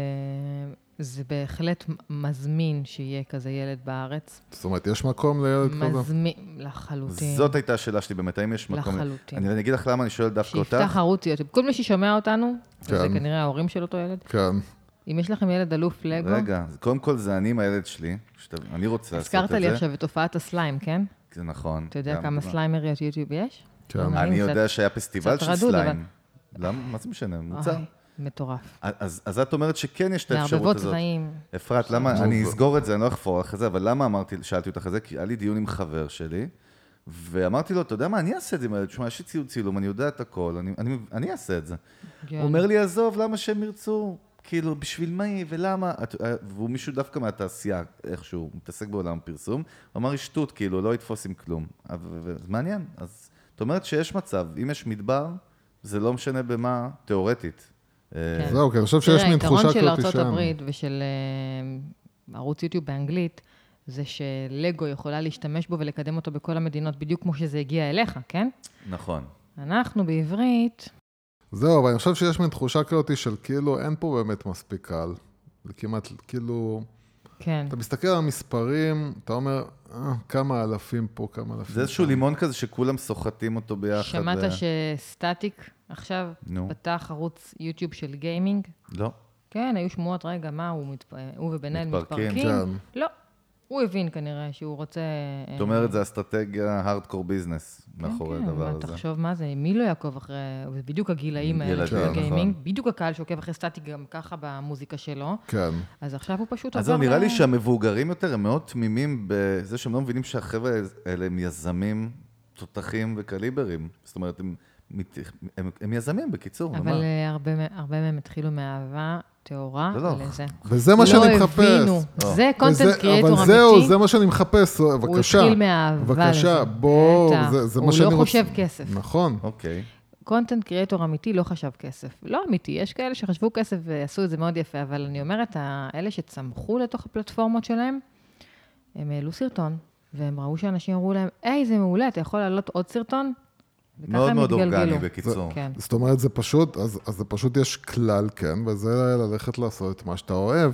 זה בהחלט מזמין שיהיה כזה ילד בארץ. זאת אומרת, יש מקום לילד כזה? מזמין, לחלוטין. זאת הייתה השאלה שלי באמת, האם יש מקום? לחלוטין. אני אגיד לך למה אני שואל דווקא אותך. שיפתח ערוץ יוטיוב. כל מי ששומע אותנו, זה כנראה ההורים של אותו ילד. כן. אם יש לכם ילד אלוף לגו... רגע, קודם כל זה אני עם הילד שלי, אני רוצה לעשות את זה. הזכרת לי עכשיו את תופעת הסליים, כן? זה נכון. אתה יודע כמה סליימריות יוטיוב יש? כן. אני יודע שהיה פסטיבל של סליים. למה? מה זה משנה? מוצר. מטורף. אז את אומרת שכן יש את האפשרות הזאת. מערבבות צבעים. אפרת, למה? אני אסגור את זה, אני לא אחפור אחרי זה, אבל למה אמרתי, שאלתי אותך את זה? כי היה לי דיון עם חבר שלי, ואמרתי לו, אתה יודע מה, אני אעשה את זה עם הילד, תשמע, יש לי ציוד צילום, אני יודע את הכל, אני אעשה את זה. הוא אומר לי, עזוב, למה שהם ירצו? כאילו, בשביל מה היא ולמה? והוא מישהו דווקא מהתעשייה, איכשהו, מתעסק בעולם הפרסום, הוא אמר, שטות, כאילו, לא יתפוס עם כלום. זה מעניין. אז זאת אומרת שיש מצב, אם יש מדבר, זה לא משנה במה, תיאורטית. זהו, כי אני חושב שיש מין תחושה היתרון כזאת של שם. ארצות הברית ושל ערוץ יוטיוב באנגלית, זה שלגו יכולה להשתמש בו ולקדם אותו בכל המדינות, בדיוק כמו שזה הגיע אליך, כן? נכון. אנחנו בעברית... זהו, אבל אני חושב שיש מין תחושה כזאת של כאילו אין פה באמת מספיק קל. זה כמעט כאילו... כן. אתה מסתכל על המספרים, אתה אומר, אה, כמה אלפים פה, כמה אלפים. זה איזשהו לימון כזה שכולם סוחטים אותו ביחד. שמעת שסטטיק עכשיו פתח ערוץ יוטיוב של גיימינג? לא. כן, היו שמועות, רגע, מה, הוא ובן אל מתפרקים? כן. לא. הוא הבין כנראה שהוא רוצה... זאת אומרת, זה אסטרטגיה הארדקור ביזנס מאחורי הדבר הזה. תחשוב מה זה, מי לא יעקוב אחרי... זה בדיוק הגילאים האלה של הגיימינג, בדיוק הקהל שעוקב אחרי סטטיק גם ככה במוזיקה שלו. כן. אז עכשיו הוא פשוט עובר... אז זהו, נראה לי שהמבוגרים יותר הם מאוד תמימים בזה שהם לא מבינים שהחבר'ה האלה הם יזמים, תותחים וקליברים. זאת אומרת, הם... הם, הם יזמים, בקיצור. אבל הרבה, הרבה מהם התחילו מאהבה תיאורה לזה. וזה מה שאני מחפש. לא הבינו. זה קונטנט קריאטור אמיתי. אבל זהו, זה מה שאני מחפש. בבקשה. הוא התחיל מאהבה. בבקשה, בוא, זה מה שאני רוצה. הוא לא חושב כסף. נכון. אוקיי. קונטנט קריאטור אמיתי לא חשב כסף. לא אמיתי, יש כאלה שחשבו כסף ועשו את זה מאוד יפה, אבל אני אומרת, האלה שצמחו לתוך הפלטפורמות שלהם, הם העלו סרטון, והם ראו שאנשים אמרו להם, היי, זה מעולה, אתה יכול לעלות עוד סרטון? מאוד מאוד אורגני בקיצור. זאת אומרת, זה פשוט, אז זה פשוט יש כלל, כן, וזה ללכת לעשות את מה שאתה אוהב.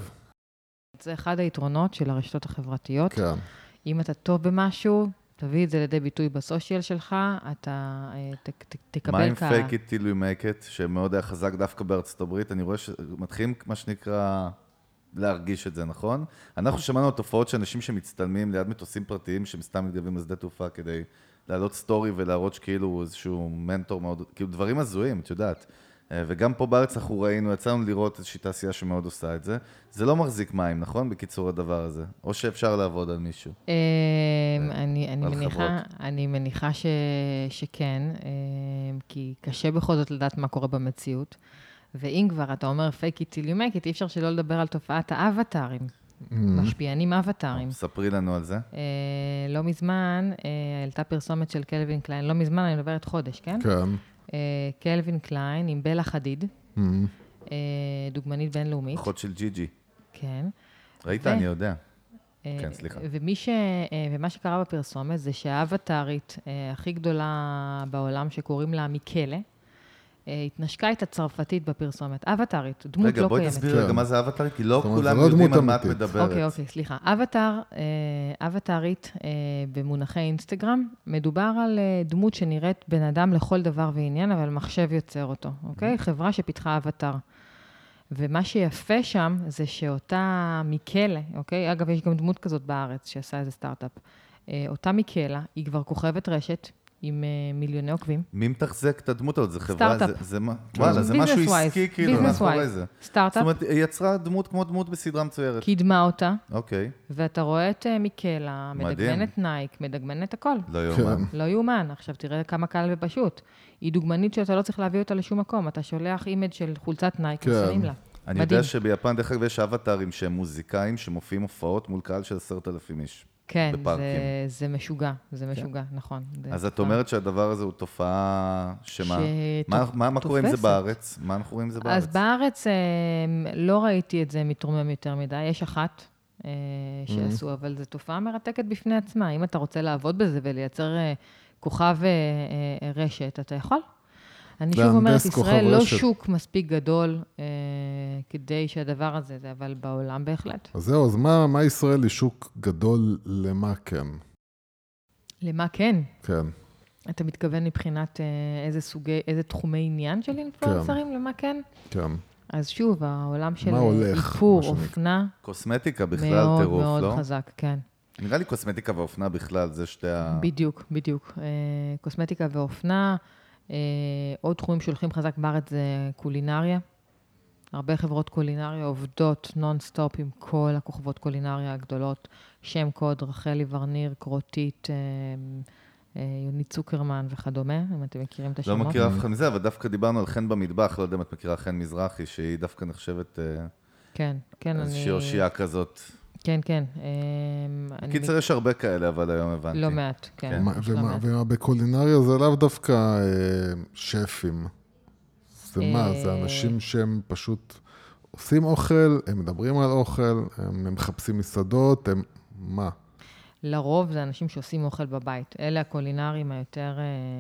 זה אחד היתרונות של הרשתות החברתיות. כן. אם אתה טוב במשהו, תביא את זה לידי ביטוי בסושיאל שלך, אתה תקבל מה עם fake it till you make it, שמאוד היה חזק דווקא בארצות הברית, אני רואה שמתחילים מה שנקרא להרגיש את זה, נכון? אנחנו שמענו על תופעות שאנשים שמצטלמים ליד מטוסים פרטיים, שהם סתם מתגבים לשדה תעופה כדי לעלות סטורי ולהראות שכאילו איזשהו מנטור מאוד, כאילו דברים הזויים, את יודעת. וגם פה בארץ אנחנו ראינו, יצאנו לראות איזושהי תעשייה שמאוד עושה את זה. זה לא מחזיק מים, נכון? בקיצור הדבר הזה. או שאפשר לעבוד על מישהו. אני מניחה שכן, כי קשה בכל זאת לדעת מה קורה במציאות. ואם כבר אתה אומר fake it till you make it, אי אפשר שלא לדבר על תופעת האבטרים. משפיענים אבטרים. ספרי לנו על זה. לא מזמן, העלתה פרסומת של קלווין קליין, לא מזמן, אני מדברת חודש, כן? כן. קלווין קליין עם בלה חדיד, דוגמנית בינלאומית. אחות של ג'י ג'י. כן. ראית? אני יודע. כן, סליחה. ומי ש... ומה שקרה בפרסומת זה שהאבטרית הכי גדולה בעולם, שקוראים לה מיקלה, התנשקה את הצרפתית בפרסומת. אבטרית, דמות לא קיימת. רגע, בואי תסביר רגע מה זה אבטרית, כי לא כולם לא יודעים דמות על מה את אמיתית. מדברת. אוקיי, אוקיי, סליחה. אבטר, אבטרית במונחי אינסטגרם, מדובר על דמות שנראית בן אדם לכל דבר ועניין, אבל מחשב יוצר אותו, אוקיי? חברה שפיתחה אבטר. ומה שיפה שם זה שאותה מיקלה, אוקיי? אגב, יש גם דמות כזאת בארץ שעשה איזה סטארט-אפ. אותה מיקלה, היא כבר כוכבת רשת עם מיליוני עוקבים. מי מתחזק את הדמות הזאת? זה חברה, סטארט-אפ. זה מה? וואלה, זה משהו עסקי, כאילו, מה קורה זה? סטארט-אפ. זאת אומרת, היא יצרה דמות כמו דמות בסדרה מצוירת. קידמה אותה. אוקיי. ואתה רואה את מיקלה, מדגמנת נייק, מדגמנת הכל. לא יאומן. לא יאומן. עכשיו תראה כמה קל ופשוט. היא דוגמנית שאתה לא צריך להביא אותה לשום מקום. אתה שולח אימג' של חולצת נייק ושמים לה. אני יודע שביפן, דרך אגב, יש אבטרים שהם מוזיקאים, שמופיעים הופעות מול קהל של עשרת אלפים איש. כן, זה, זה משוגע, זה משוגע, כן. נכון. אז את אומרת שהדבר הזה הוא תופעה שמה? מה, מה, מה קורה עם זה בארץ? מה אנחנו רואים עם זה בארץ? אז בארץ לא ראיתי את זה מתרומם יותר מדי, יש אחת שעשו, mm-hmm. אבל זו תופעה מרתקת בפני עצמה. אם אתה רוצה לעבוד בזה ולייצר כוכב רשת, אתה יכול? אני שוב אומרת, ישראל לא שוק מספיק גדול אה, כדי שהדבר הזה, זה אבל בעולם בהחלט. אז זהו, אז מה, מה ישראל היא שוק גדול למה כן? למה כן? כן. אתה מתכוון מבחינת אה, איזה סוגי, איזה תחומי עניין של אינפלואנסרים? כן. למה כן? כן. אז שוב, העולם של איפור, אופנה. קוסמטיקה בכלל, טירוף, לא? מאוד מאוד חזק, כן. נראה לי קוסמטיקה ואופנה בכלל, זה שתי ה... בדיוק, בדיוק. אה, קוסמטיקה ואופנה, Uh, עוד תחומים שהולכים חזק בארץ זה קולינריה. הרבה חברות קולינריה עובדות נון-סטופ עם כל הכוכבות קולינריה הגדולות. שם קוד, רחלי ורניר, קרוטית, uh, uh, יונית צוקרמן וכדומה, אם אתם מכירים את השמות. לא מכיר אף אחד מזה, אבל דווקא דיברנו על חן במטבח, לא יודע אם את מכירה חן מזרחי, שהיא דווקא נחשבת... Uh, כן, כן, אני... איזושהי אושייה כזאת. כן, כן. קיצר, יש הרבה כאלה, אבל היום הבנתי. לא מעט, כן. ובקולינריה זה לאו דווקא שפים. זה מה? זה אנשים שהם פשוט עושים אוכל, הם מדברים על אוכל, הם מחפשים מסעדות, הם... מה? לרוב זה אנשים שעושים אוכל בבית. אלה הקולינרים היותר...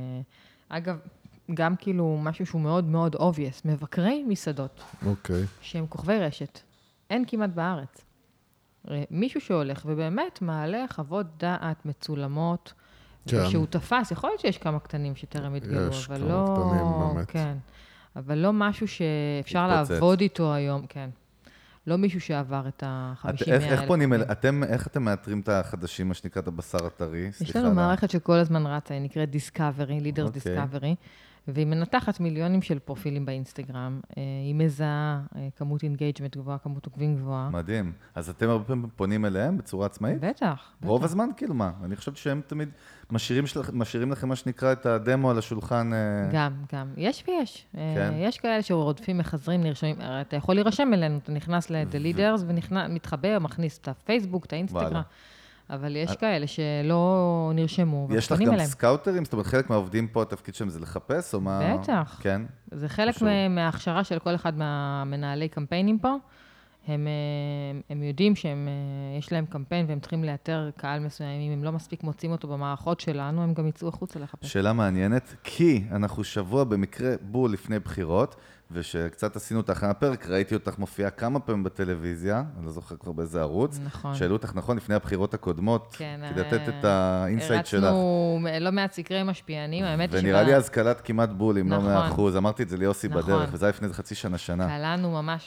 אגב, גם כאילו משהו שהוא מאוד מאוד obvious, מבקרי מסעדות. אוקיי. שהם כוכבי רשת. אין כמעט בארץ. מישהו שהולך ובאמת מעלה חוות דעת מצולמות, כן. שהוא תפס, יכול להיות שיש כמה קטנים שטרם התגלו, יש אבל כמה לא... קטנים באמת. כן, אבל לא משהו שאפשר התפוצץ. לעבוד איתו היום, כן. לא מישהו שעבר את ה-חמישים מאה אלף. איך פונים אל... אתם, איך אתם מאתרים את החדשים, מה שנקרא את הבשר הטרי? יש לנו מערכת שכל הזמן רצה, היא נקראת דיסקאברי, לידרס דיסקאברי, והיא מנתחת מיליונים של פרופילים באינסטגרם, היא מזהה כמות אינגייג'מנט גבוהה, כמות עוקבים גבוהה. מדהים. אז אתם הרבה פעמים פונים אליהם בצורה עצמאית? בטח. רוב הזמן, כאילו מה? אני חושבת שהם תמיד משאירים, משאירים לכם מה שנקרא את הדמו על השולחן. גם, גם. יש ויש. כן. יש כאלה שרודפים, מחזרים, נרשמים. אתה יכול להירשם אלינו, אתה נכנס ל-The Leaders ומתחבר, מכניס את הפייסבוק, את האינסטגרם. אבל יש כאלה שלא נרשמו. יש לך גם סקאוטרים? זאת אומרת, חלק מהעובדים פה, התפקיד שלהם זה לחפש, או מה? בטח. כן. זה חלק מההכשרה של כל אחד מהמנהלי קמפיינים פה. הם, הם יודעים שהם, יש להם קמפיין והם צריכים לאתר קהל מסוים. אם הם לא מספיק מוצאים אותו במערכות שלנו, הם גם יצאו החוצה לחפש. שאלה מעניינת, כי אנחנו שבוע במקרה בול לפני בחירות, ושקצת עשינו אותך מהפרק, ראיתי אותך מופיעה כמה פעמים בטלוויזיה, אני לא זוכר כבר באיזה ערוץ, נכון. שאלו אותך נכון לפני הבחירות הקודמות, כן, כדי לתת את האינסייט שלך. הרצנו לא מעט סקרי משפיענים, האמת היא ונראה לי אז קלט כמעט בולים, נכון. לא מאה אחוז, אמרתי את זה ליוסי נכון. בדרך, וזה לפני זה חצי שנה שנה. קלענו ממש,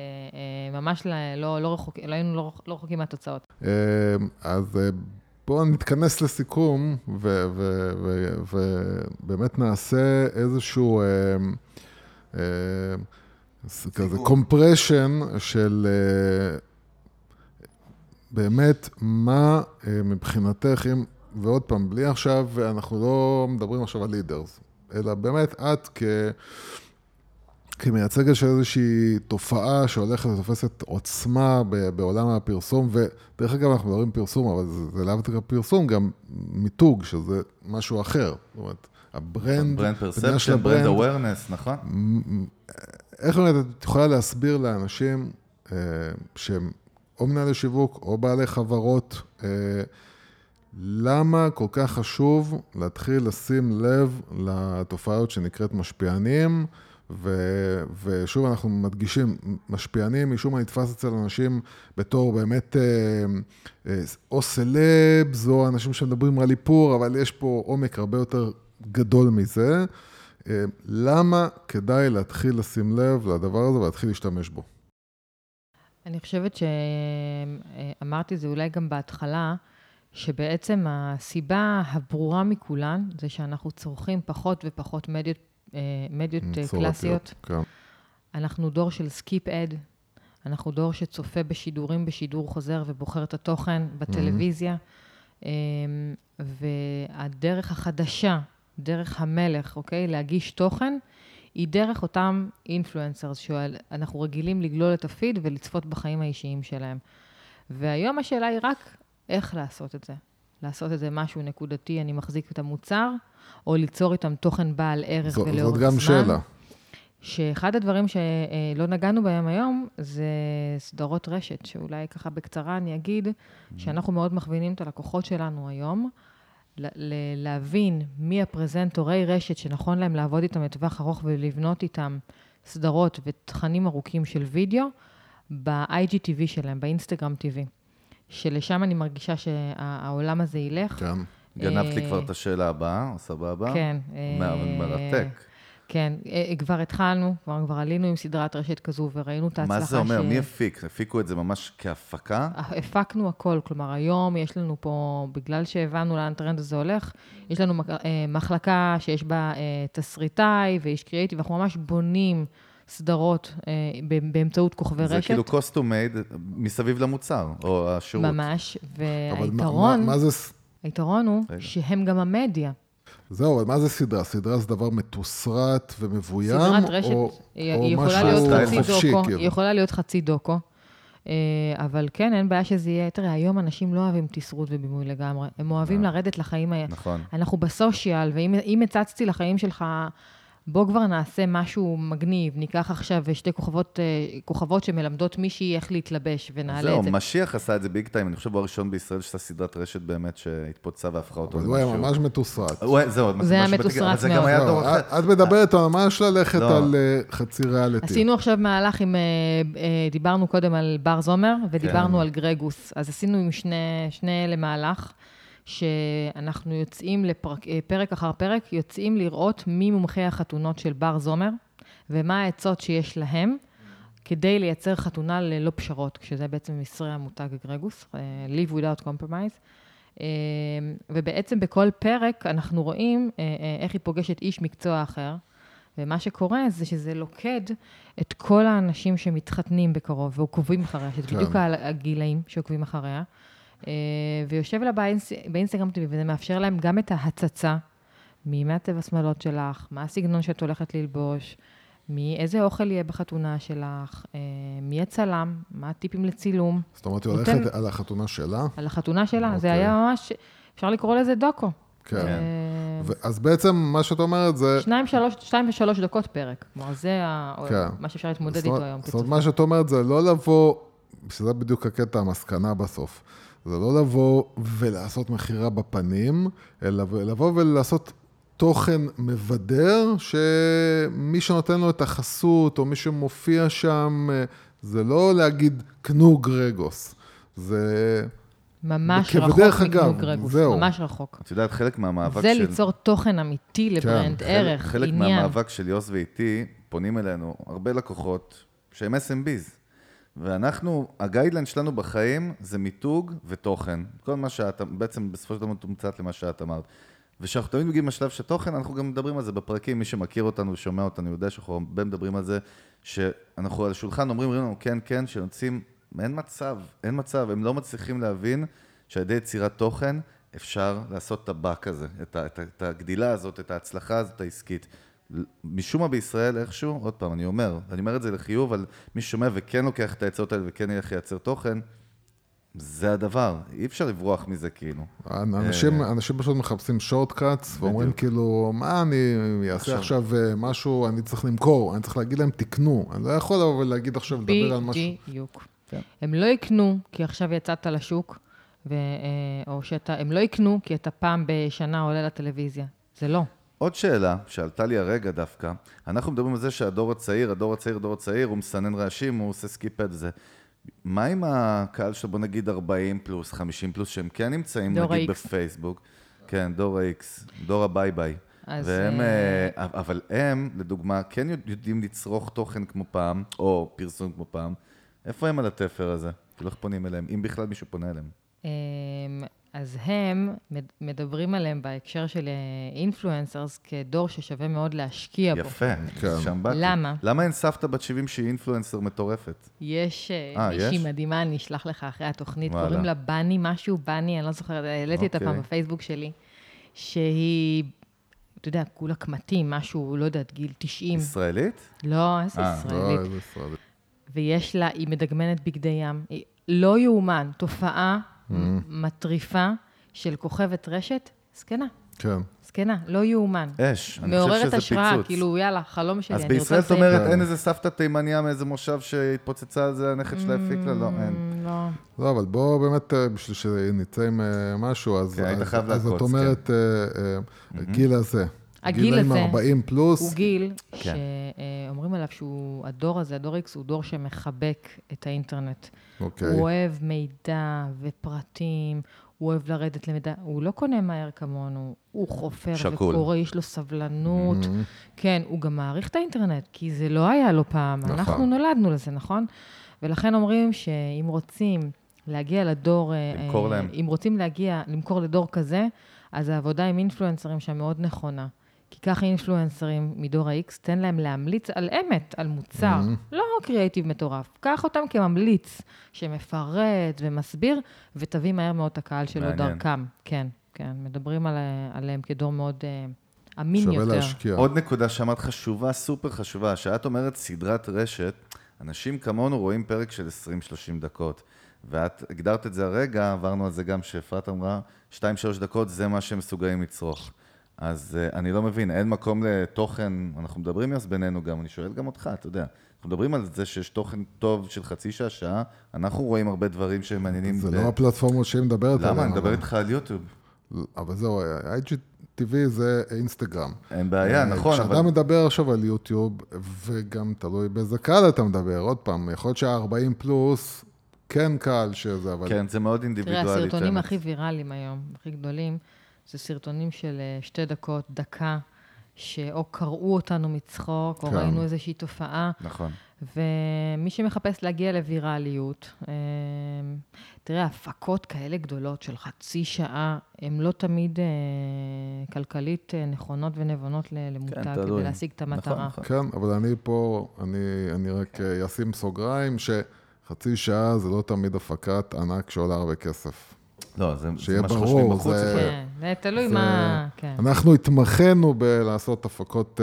ממש לא, לא, רחוק, לא היינו לא, לא רחוקים מהתוצאות. אז בואו נתכנס לסיכום, ובאמת נעשה איזשהו... כזה קומפרשן של באמת מה מבחינתך, ועוד פעם, בלי עכשיו, אנחנו לא מדברים עכשיו על לידרס, אלא באמת את כמייצגת של איזושהי תופעה שהולכת ותופסת עוצמה בעולם הפרסום, ודרך אגב אנחנו מדברים פרסום, אבל זה, זה לאו דווקא פרסום, גם מיתוג, שזה משהו אחר. זאת אומרת, הברנד, ברנד פרספשן, ברנד אווירנס, נכון? איך באמת את יכולה להסביר לאנשים שהם או מנהלי שיווק או בעלי חברות, למה כל כך חשוב להתחיל לשים לב לתופעות שנקראת משפיענים, ו- ושוב אנחנו מדגישים, משפיענים משום מה נתפס אצל אנשים בתור באמת או סלבס או אנשים שמדברים על איפור, אבל יש פה עומק הרבה יותר גדול מזה. למה כדאי להתחיל לשים לב לדבר הזה ולהתחיל להשתמש בו? אני חושבת שאמרתי זה אולי גם בהתחלה, שבעצם הסיבה הברורה מכולן זה שאנחנו צורכים פחות ופחות מדיות, מדיות קלאסיות. כן. אנחנו דור של סקיפ אד, אנחנו דור שצופה בשידורים בשידור חוזר ובוחר את התוכן בטלוויזיה, והדרך החדשה, דרך המלך, אוקיי, להגיש תוכן, היא דרך אותם אינפלואנסרס, שאנחנו רגילים לגלול את הפיד ולצפות בחיים האישיים שלהם. והיום השאלה היא רק איך לעשות את זה. לעשות את זה משהו נקודתי, אני מחזיק את המוצר, או ליצור איתם תוכן בעל ערך זו, ולאורך זאת גם זמן. שאלה. שאחד הדברים שלא נגענו בהם היום, זה סדרות רשת, שאולי ככה בקצרה אני אגיד, שאנחנו מאוד מכווינים את הלקוחות שלנו היום, להבין מי הפרזנטורי רשת שנכון להם לעבוד איתם לטווח ארוך ולבנות איתם סדרות ותכנים ארוכים של וידאו, ב-איי ג'י טי וי שלהם, באינסטגרם טי וי, שלשם אני מרגישה שהעולם הזה ילך. כן, גנבת לי כבר את השאלה הבאה, או סבבה? כן. מרתק. כן, כבר התחלנו, כבר, כבר עלינו עם סדרת רשת כזו וראינו את ההצלחה. מה זה אומר? ש... מי הפיק? הפיקו את זה ממש כהפקה? הפקנו הכל, כלומר היום יש לנו פה, בגלל שהבנו לאן הטרנד הזה הולך, יש לנו מחלקה שיש בה תסריטאי ואיש קריאיטיב, ואנחנו ממש בונים סדרות באמצעות כוכבי רשת. זה כאילו custom made מסביב למוצר, או השירות. ממש, והיתרון, מה, מה זה... היתרון הוא שהם גם המדיה. זהו, אבל מה זה סדרה? סדרה זה דבר מתוסרט ומבוים? סדרת רשת, או, היא, או היא, יכולה להיות חצי חופשי, דוקו, כאילו. היא יכולה להיות חצי דוקו, אבל כן, אין בעיה שזה יהיה, תראה, היום אנשים לא אוהבים תסרות ובימוי לגמרי, הם אוהבים לרדת לחיים, נכון. אנחנו בסושיאל, ואם הצצתי לחיים שלך, בוא כבר נעשה משהו מגניב, ניקח עכשיו שתי כוכבות, כוכבות שמלמדות מישהי איך להתלבש, ונעלה את זה. זהו, משיח עשה את זה ביג טיים, אני חושב הוא הראשון בישראל שעשה סדרת רשת באמת שהתפוצה והפכה אותו למשהו. הוא היה ממש מתוסרט. זהו, זה היה מתוסרט מאוד. את מדברת על ממש ללכת על חצי ריאליטי. עשינו עכשיו מהלך עם, דיברנו קודם על בר זומר, ודיברנו על גרגוס, אז עשינו עם שני אלה מהלך, שאנחנו יוצאים לפרק, פרק אחר פרק, יוצאים לראות מי מומחי החתונות של בר זומר, ומה העצות שיש להם, כדי לייצר חתונה ללא פשרות, כשזה בעצם מסרי המותג גרגוס, Live Without Compromise. ובעצם בכל פרק אנחנו רואים איך היא פוגשת איש מקצוע אחר, ומה שקורה זה שזה לוקד את כל האנשים שמתחתנים בקרוב, ועוקבים אחריה, שזה בדיוק הגילאים שעוקבים אחריה, ויושב לה באינסטגרם טי וי, וזה מאפשר להם גם את ההצצה, מי מהטבע שמאלות שלך, מה הסגנון שאת הולכת ללבוש, מי, איזה אוכל יהיה בחתונה שלך, מי הצלם, מה הטיפים לצילום. זאת אומרת, היא הולכת על החתונה שלה? על החתונה שלה, זה היה ממש, אפשר לקרוא לזה דוקו. כן. אז בעצם מה שאת אומרת זה... שניים, שלוש, שתיים ושלוש דקות פרק. כלומר, זה מה שאפשר להתמודד איתו היום. זאת אומרת, מה שאת אומרת זה לא לבוא, שזה בדיוק הקטע המסקנה בסוף. זה לא לבוא ולעשות מחירה בפנים, אלא לבוא ולעשות תוכן מבדר, שמי שנותן לו את החסות, או מי שמופיע שם, זה לא להגיד קנו גרגוס. זה... ממש רחוק מקנו גרגוס, ממש רחוק. את יודעת, חלק מהמאבק של... של... זה ליצור תוכן אמיתי לברנד, ערך, עניין. חלק מהמאבק של יוס ואיתי, פונים אלינו הרבה לקוחות שהם אס אם ביז. ואנחנו, הגיידליין שלנו בחיים זה מיתוג ותוכן. כל מה שאת, בעצם בסופו של דבר תומצאת למה שאת אמרת. ושאנחנו תמיד מגיעים לשלב של תוכן, אנחנו גם מדברים על זה בפרקים, מי שמכיר אותנו ושומע אותנו, יודע שאנחנו הרבה מדברים על זה, שאנחנו על השולחן אומרים, אומרים לנו, כן, כן, שנוצאים, אין מצב, אין מצב, הם לא מצליחים להבין שעל ידי יצירת תוכן אפשר לעשות את הבק הזה, את, את, את הגדילה הזאת, את ההצלחה הזאת העסקית. משום מה בישראל איכשהו, עוד פעם, אני אומר, אני אומר את זה לחיוב, אבל מי ששומע וכן לוקח את העצות האלה וכן ילך לייצר תוכן, זה הדבר, אי אפשר לברוח מזה כאילו. אנשים, אנשים פשוט מחפשים שורטקאטס, ואומרים כאילו, מה אני אעשה עכשיו משהו, אני צריך למכור, אני צריך להגיד להם, תקנו, אני לא יכול אבל להגיד עכשיו, לדבר על משהו. בדיוק. הם לא יקנו, כי עכשיו יצאת לשוק, או שהם לא יקנו, כי אתה פעם בשנה עולה לטלוויזיה. זה לא. עוד שאלה, שעלתה לי הרגע דווקא, אנחנו מדברים על זה שהדור הצעיר, הדור הצעיר, הדור הצעיר, הוא מסנן רעשים, הוא עושה סקיפ את זה. מה עם הקהל שלו, בוא נגיד ארבעים פלוס, חמישים פלוס, שהם כן נמצאים, נגיד בפייסבוק, כן, דור ה-X, דור הביי ביי, והם, אבל הם, לדוגמה, כן יודעים לצרוך תוכן כמו פעם, או פרסום כמו פעם, איפה הם על התפר הזה? כאילו איך פונים אליהם, אם בכלל מישהו פונה אליהם? אז הם מדברים עליהם בהקשר של אינפלואנסרס כדור ששווה מאוד להשקיע בו. יפה, שם באתי. למה? למה אין סבתא בת שבעים שהיא אינפלואנסר מטורפת? יש מישהי מדהימה, אני אשלח לך אחרי התוכנית, קוראים לה בני משהו, בני, אני לא זוכרת, העליתי אותה פעם בפייסבוק שלי, שהיא, אתה יודע, כולה קמטים, משהו, לא יודעת, גיל תשעים. ישראלית? לא, איזה ישראלית. ויש לה, היא מדגמנת בגדי ים. לא יאומן, תופעה מטריפה של כוכבת רשת, סקנה. כן. סקנה, לא יאומן. אש, אני חושב שזה פיצוץ. מעוררת השראה, כאילו, יאללה, חלום שלי. אז בישראל את אומרת, אין איזה סבתא תימניה מאיזה מושב שהתפוצצה על זה, הנכד שלה הפיק לה? לא, אין. לא. לא, אבל בוא באמת, בשביל שנצא עם משהו, אז את אומרת, גיל הזה. הגיל הזה, ארבעים פלוס. הוא גיל שאומרים עליו שהוא, הדור הזה, הדור X, הוא דור שמחבק את האינטרנט. הוא אוהב מידע ופרטים, הוא אוהב לרדת למידע, הוא לא קונה מהר כמונו, הוא חופר וקורא, יש לו סבלנות. כן, הוא גם מעריך את האינטרנט, כי זה לא היה לו פעם, אנחנו נולדנו לזה, נכון? ולכן אומרים שאם רוצים להגיע לדור, אם רוצים להגיע, למכור לדור כזה, אז העבודה עם אינפלואנסרים שם מאוד נכונה. כי ככה אינפלואנסרים מדור ה-X, תן להם להמליץ על אמת, על מוצר, לא קריאייטיב מטורף. קח אותם כממליץ, שמפרט ומסביר, ותביא מהר מאוד את הקהל שלו דרכם. כן, כן, מדברים עליהם כדור מאוד אמין יותר. שווה להשקיע. עוד נקודה שאמרת חשובה, סופר חשובה, שאת אומרת סדרת רשת, אנשים כמונו רואים פרק של עשרים שלושים דקות, ואת הגדרת את זה הרגע, עברנו על זה גם שאפרת אמרה, שתיים שלוש דקות זה מה שהם מסוגלים לצרוך. אז uh, אני לא מבין, אין מקום לתוכן, אנחנו מדברים אז בינינו גם, אני שואל גם אותך, אתה יודע, אנחנו מדברים על זה שיש תוכן טוב של חצי שעה, שעה, אנחנו רואים הרבה דברים שהם מעניינים. זה ב... לא הפלטפורמות שהיא מדברת עליהם. למה? אני מדבר איתך על יוטיוב. אבל זהו, איי ג'י טי וי זה אינסטגרם. אין בעיה, נכון. כשאתה אבל... מדבר עכשיו על יוטיוב, וגם תלוי באיזה קהל אתה מדבר, עוד פעם, יכול להיות שה-ארבעים פלוס, כן קהל שזה, אבל... כן, זה מאוד אינדיבידואלי. תראה, הסרטונים הכי ויראליים היום, הכי גדולים, זה סרטונים של שתי דקות, דקה, שאו קראו אותנו מצחוק, או ראינו איזושהי תופעה. נכון. ומי שמחפש להגיע לווירליות, תראה, הפקות כאלה גדולות של חצי שעה, הן לא תמיד כלכלית נכונות ונבונות למותג, כדי להשיג את המטרה. כן, אבל אני פה, אני רק אשים סוגריים, שחצי שעה זה לא תמיד הפקת ענק שעולה הרבה כסף. לא, זה מה שחושבים בחוץ. כן, זה תלוי מה... אנחנו התמחנו בלעשות הפקות...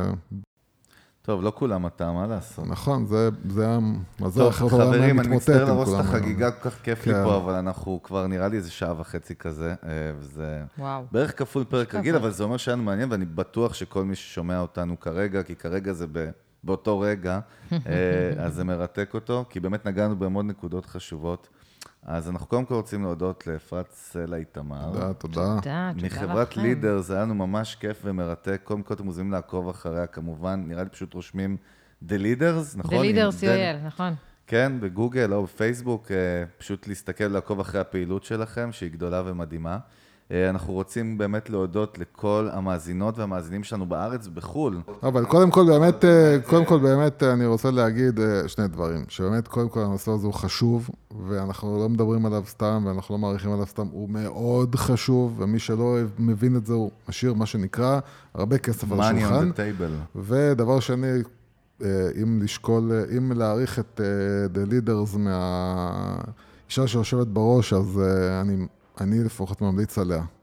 טוב, לא כולם אתה, מה לעשות? נכון, זה... טוב, חברים, אני מצטער לרוס את החגיגה, כל כך כיף לי פה, אבל אנחנו כבר נראה לי איזה שעה וחצי כזה, וזה בערך כפול פרק רגיל, אבל זה אומר שהיה מעניין, ואני בטוח שכל מי ששומע אותנו כרגע, כי כרגע זה באותו רגע, אז זה מרתק אותו, כי באמת נגענו בהמון נקודות חשובות. אז אנחנו קודם כל רוצים להודות לאפרת סלע איתמר. תודה, תודה. תודה, תודה מחברת לידר, זה היה לנו ממש כיף ומרתק. קודם כל אתם מוזמנים לעקוב אחריה, כמובן, נראה לי פשוט רושמים The Leaders, נכון? The Leaders, סי או אל, נכון. כן, בגוגל או בפייסבוק, פשוט להסתכל לעקוב אחרי הפעילות שלכם, שהיא גדולה ומדהימה. אנחנו רוצים באמת להודות לכל המאזינות והמאזינים שלנו בארץ ובחול. אבל קודם כל באמת, קודם כל באמת אני רוצה להגיד שני דברים, שבאמת קודם כל הנושא הזה הוא חשוב, ואנחנו לא מדברים עליו סתם, ואנחנו לא מעריכים עליו סתם, הוא מאוד חשוב, ומי שלא מבין את זה הוא משאיר מה שנקרא, הרבה כסף על השולחן. Money on the table. ודבר שני, אם לשקול, אם להעריך את The Leaders מהאישה שיושבת בראש, אז אני... אני לפחות ממליץ עליה.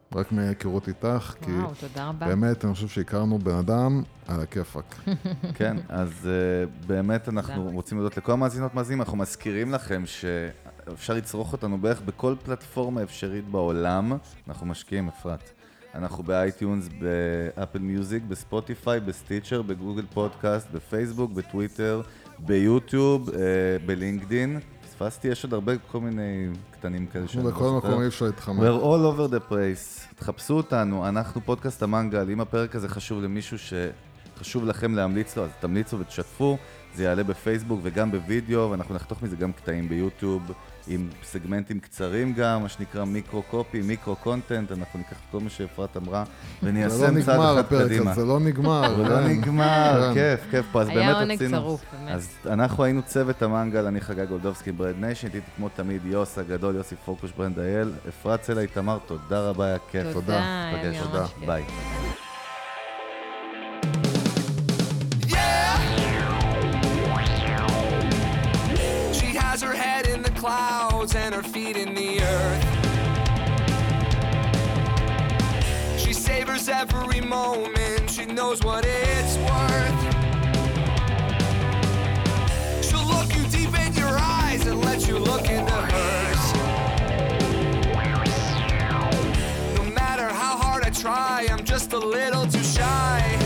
רק מהיכרות איתך, כי וואו, תודה רבה. באמת, אני חושב שהכרנו בן אדם על הכיפק. כן, אז uh, באמת אנחנו רוצים לדעות לכל המאזינות מאזינים, אנחנו מזכירים לכם שאפשר לצרוך אותנו בערך בכל פלטפורמה אפשרית בעולם, אנחנו משקיעים, אפרת. אנחנו באייטיונס, באפל מיוזיק, בספוטיפיי, בסטיצ'ר, בגוגל פודקאסט, בפייסבוק, בטוויטר, ביוטיוב, uh, בלינקדין. פספסתי, יש עוד הרבה כל מיני קטנים כאלה שאני בכל מקום אי אפשר להתחמק. We're all over the place. תחפשו אותנו, אנחנו פודקאסט המנגל. אם הפרק הזה חשוב למישהו שחשוב לכם להמליץ לו, אז תמליצו ותשתפו. זה יעלה בפייסבוק וגם בווידאו, ואנחנו נחתוך מזה גם קטעים ביוטיוב, עם סגמנטים קצרים גם, מה שנקרא מיקרו-קופי, מיקרו-קונטנט. אנחנו ניקח כל מה שאפרת אמרה, וניישם צעד אחד קדימה. זה לא נגמר, זה לא נגמר, כיף, כיף פה. אז באמת היה עונג רצינו. צרוף, באמת. אז אנחנו היינו צוות המנגל, אני חגג גולדובסקי ברד ניישן, איתי כמו תמיד יוס הגדול, יוסי פורקוש ברנד אייל, אפרת צלע איתמר, תודה רבה, היה כיף. תודה, היה לי ממש כיף. ביי. Her head in the clouds and her feet in the earth. She savors every moment, she knows what it's worth. She'll look you deep in your eyes and let you look into hers. No matter how hard I try, I'm just a little too shy.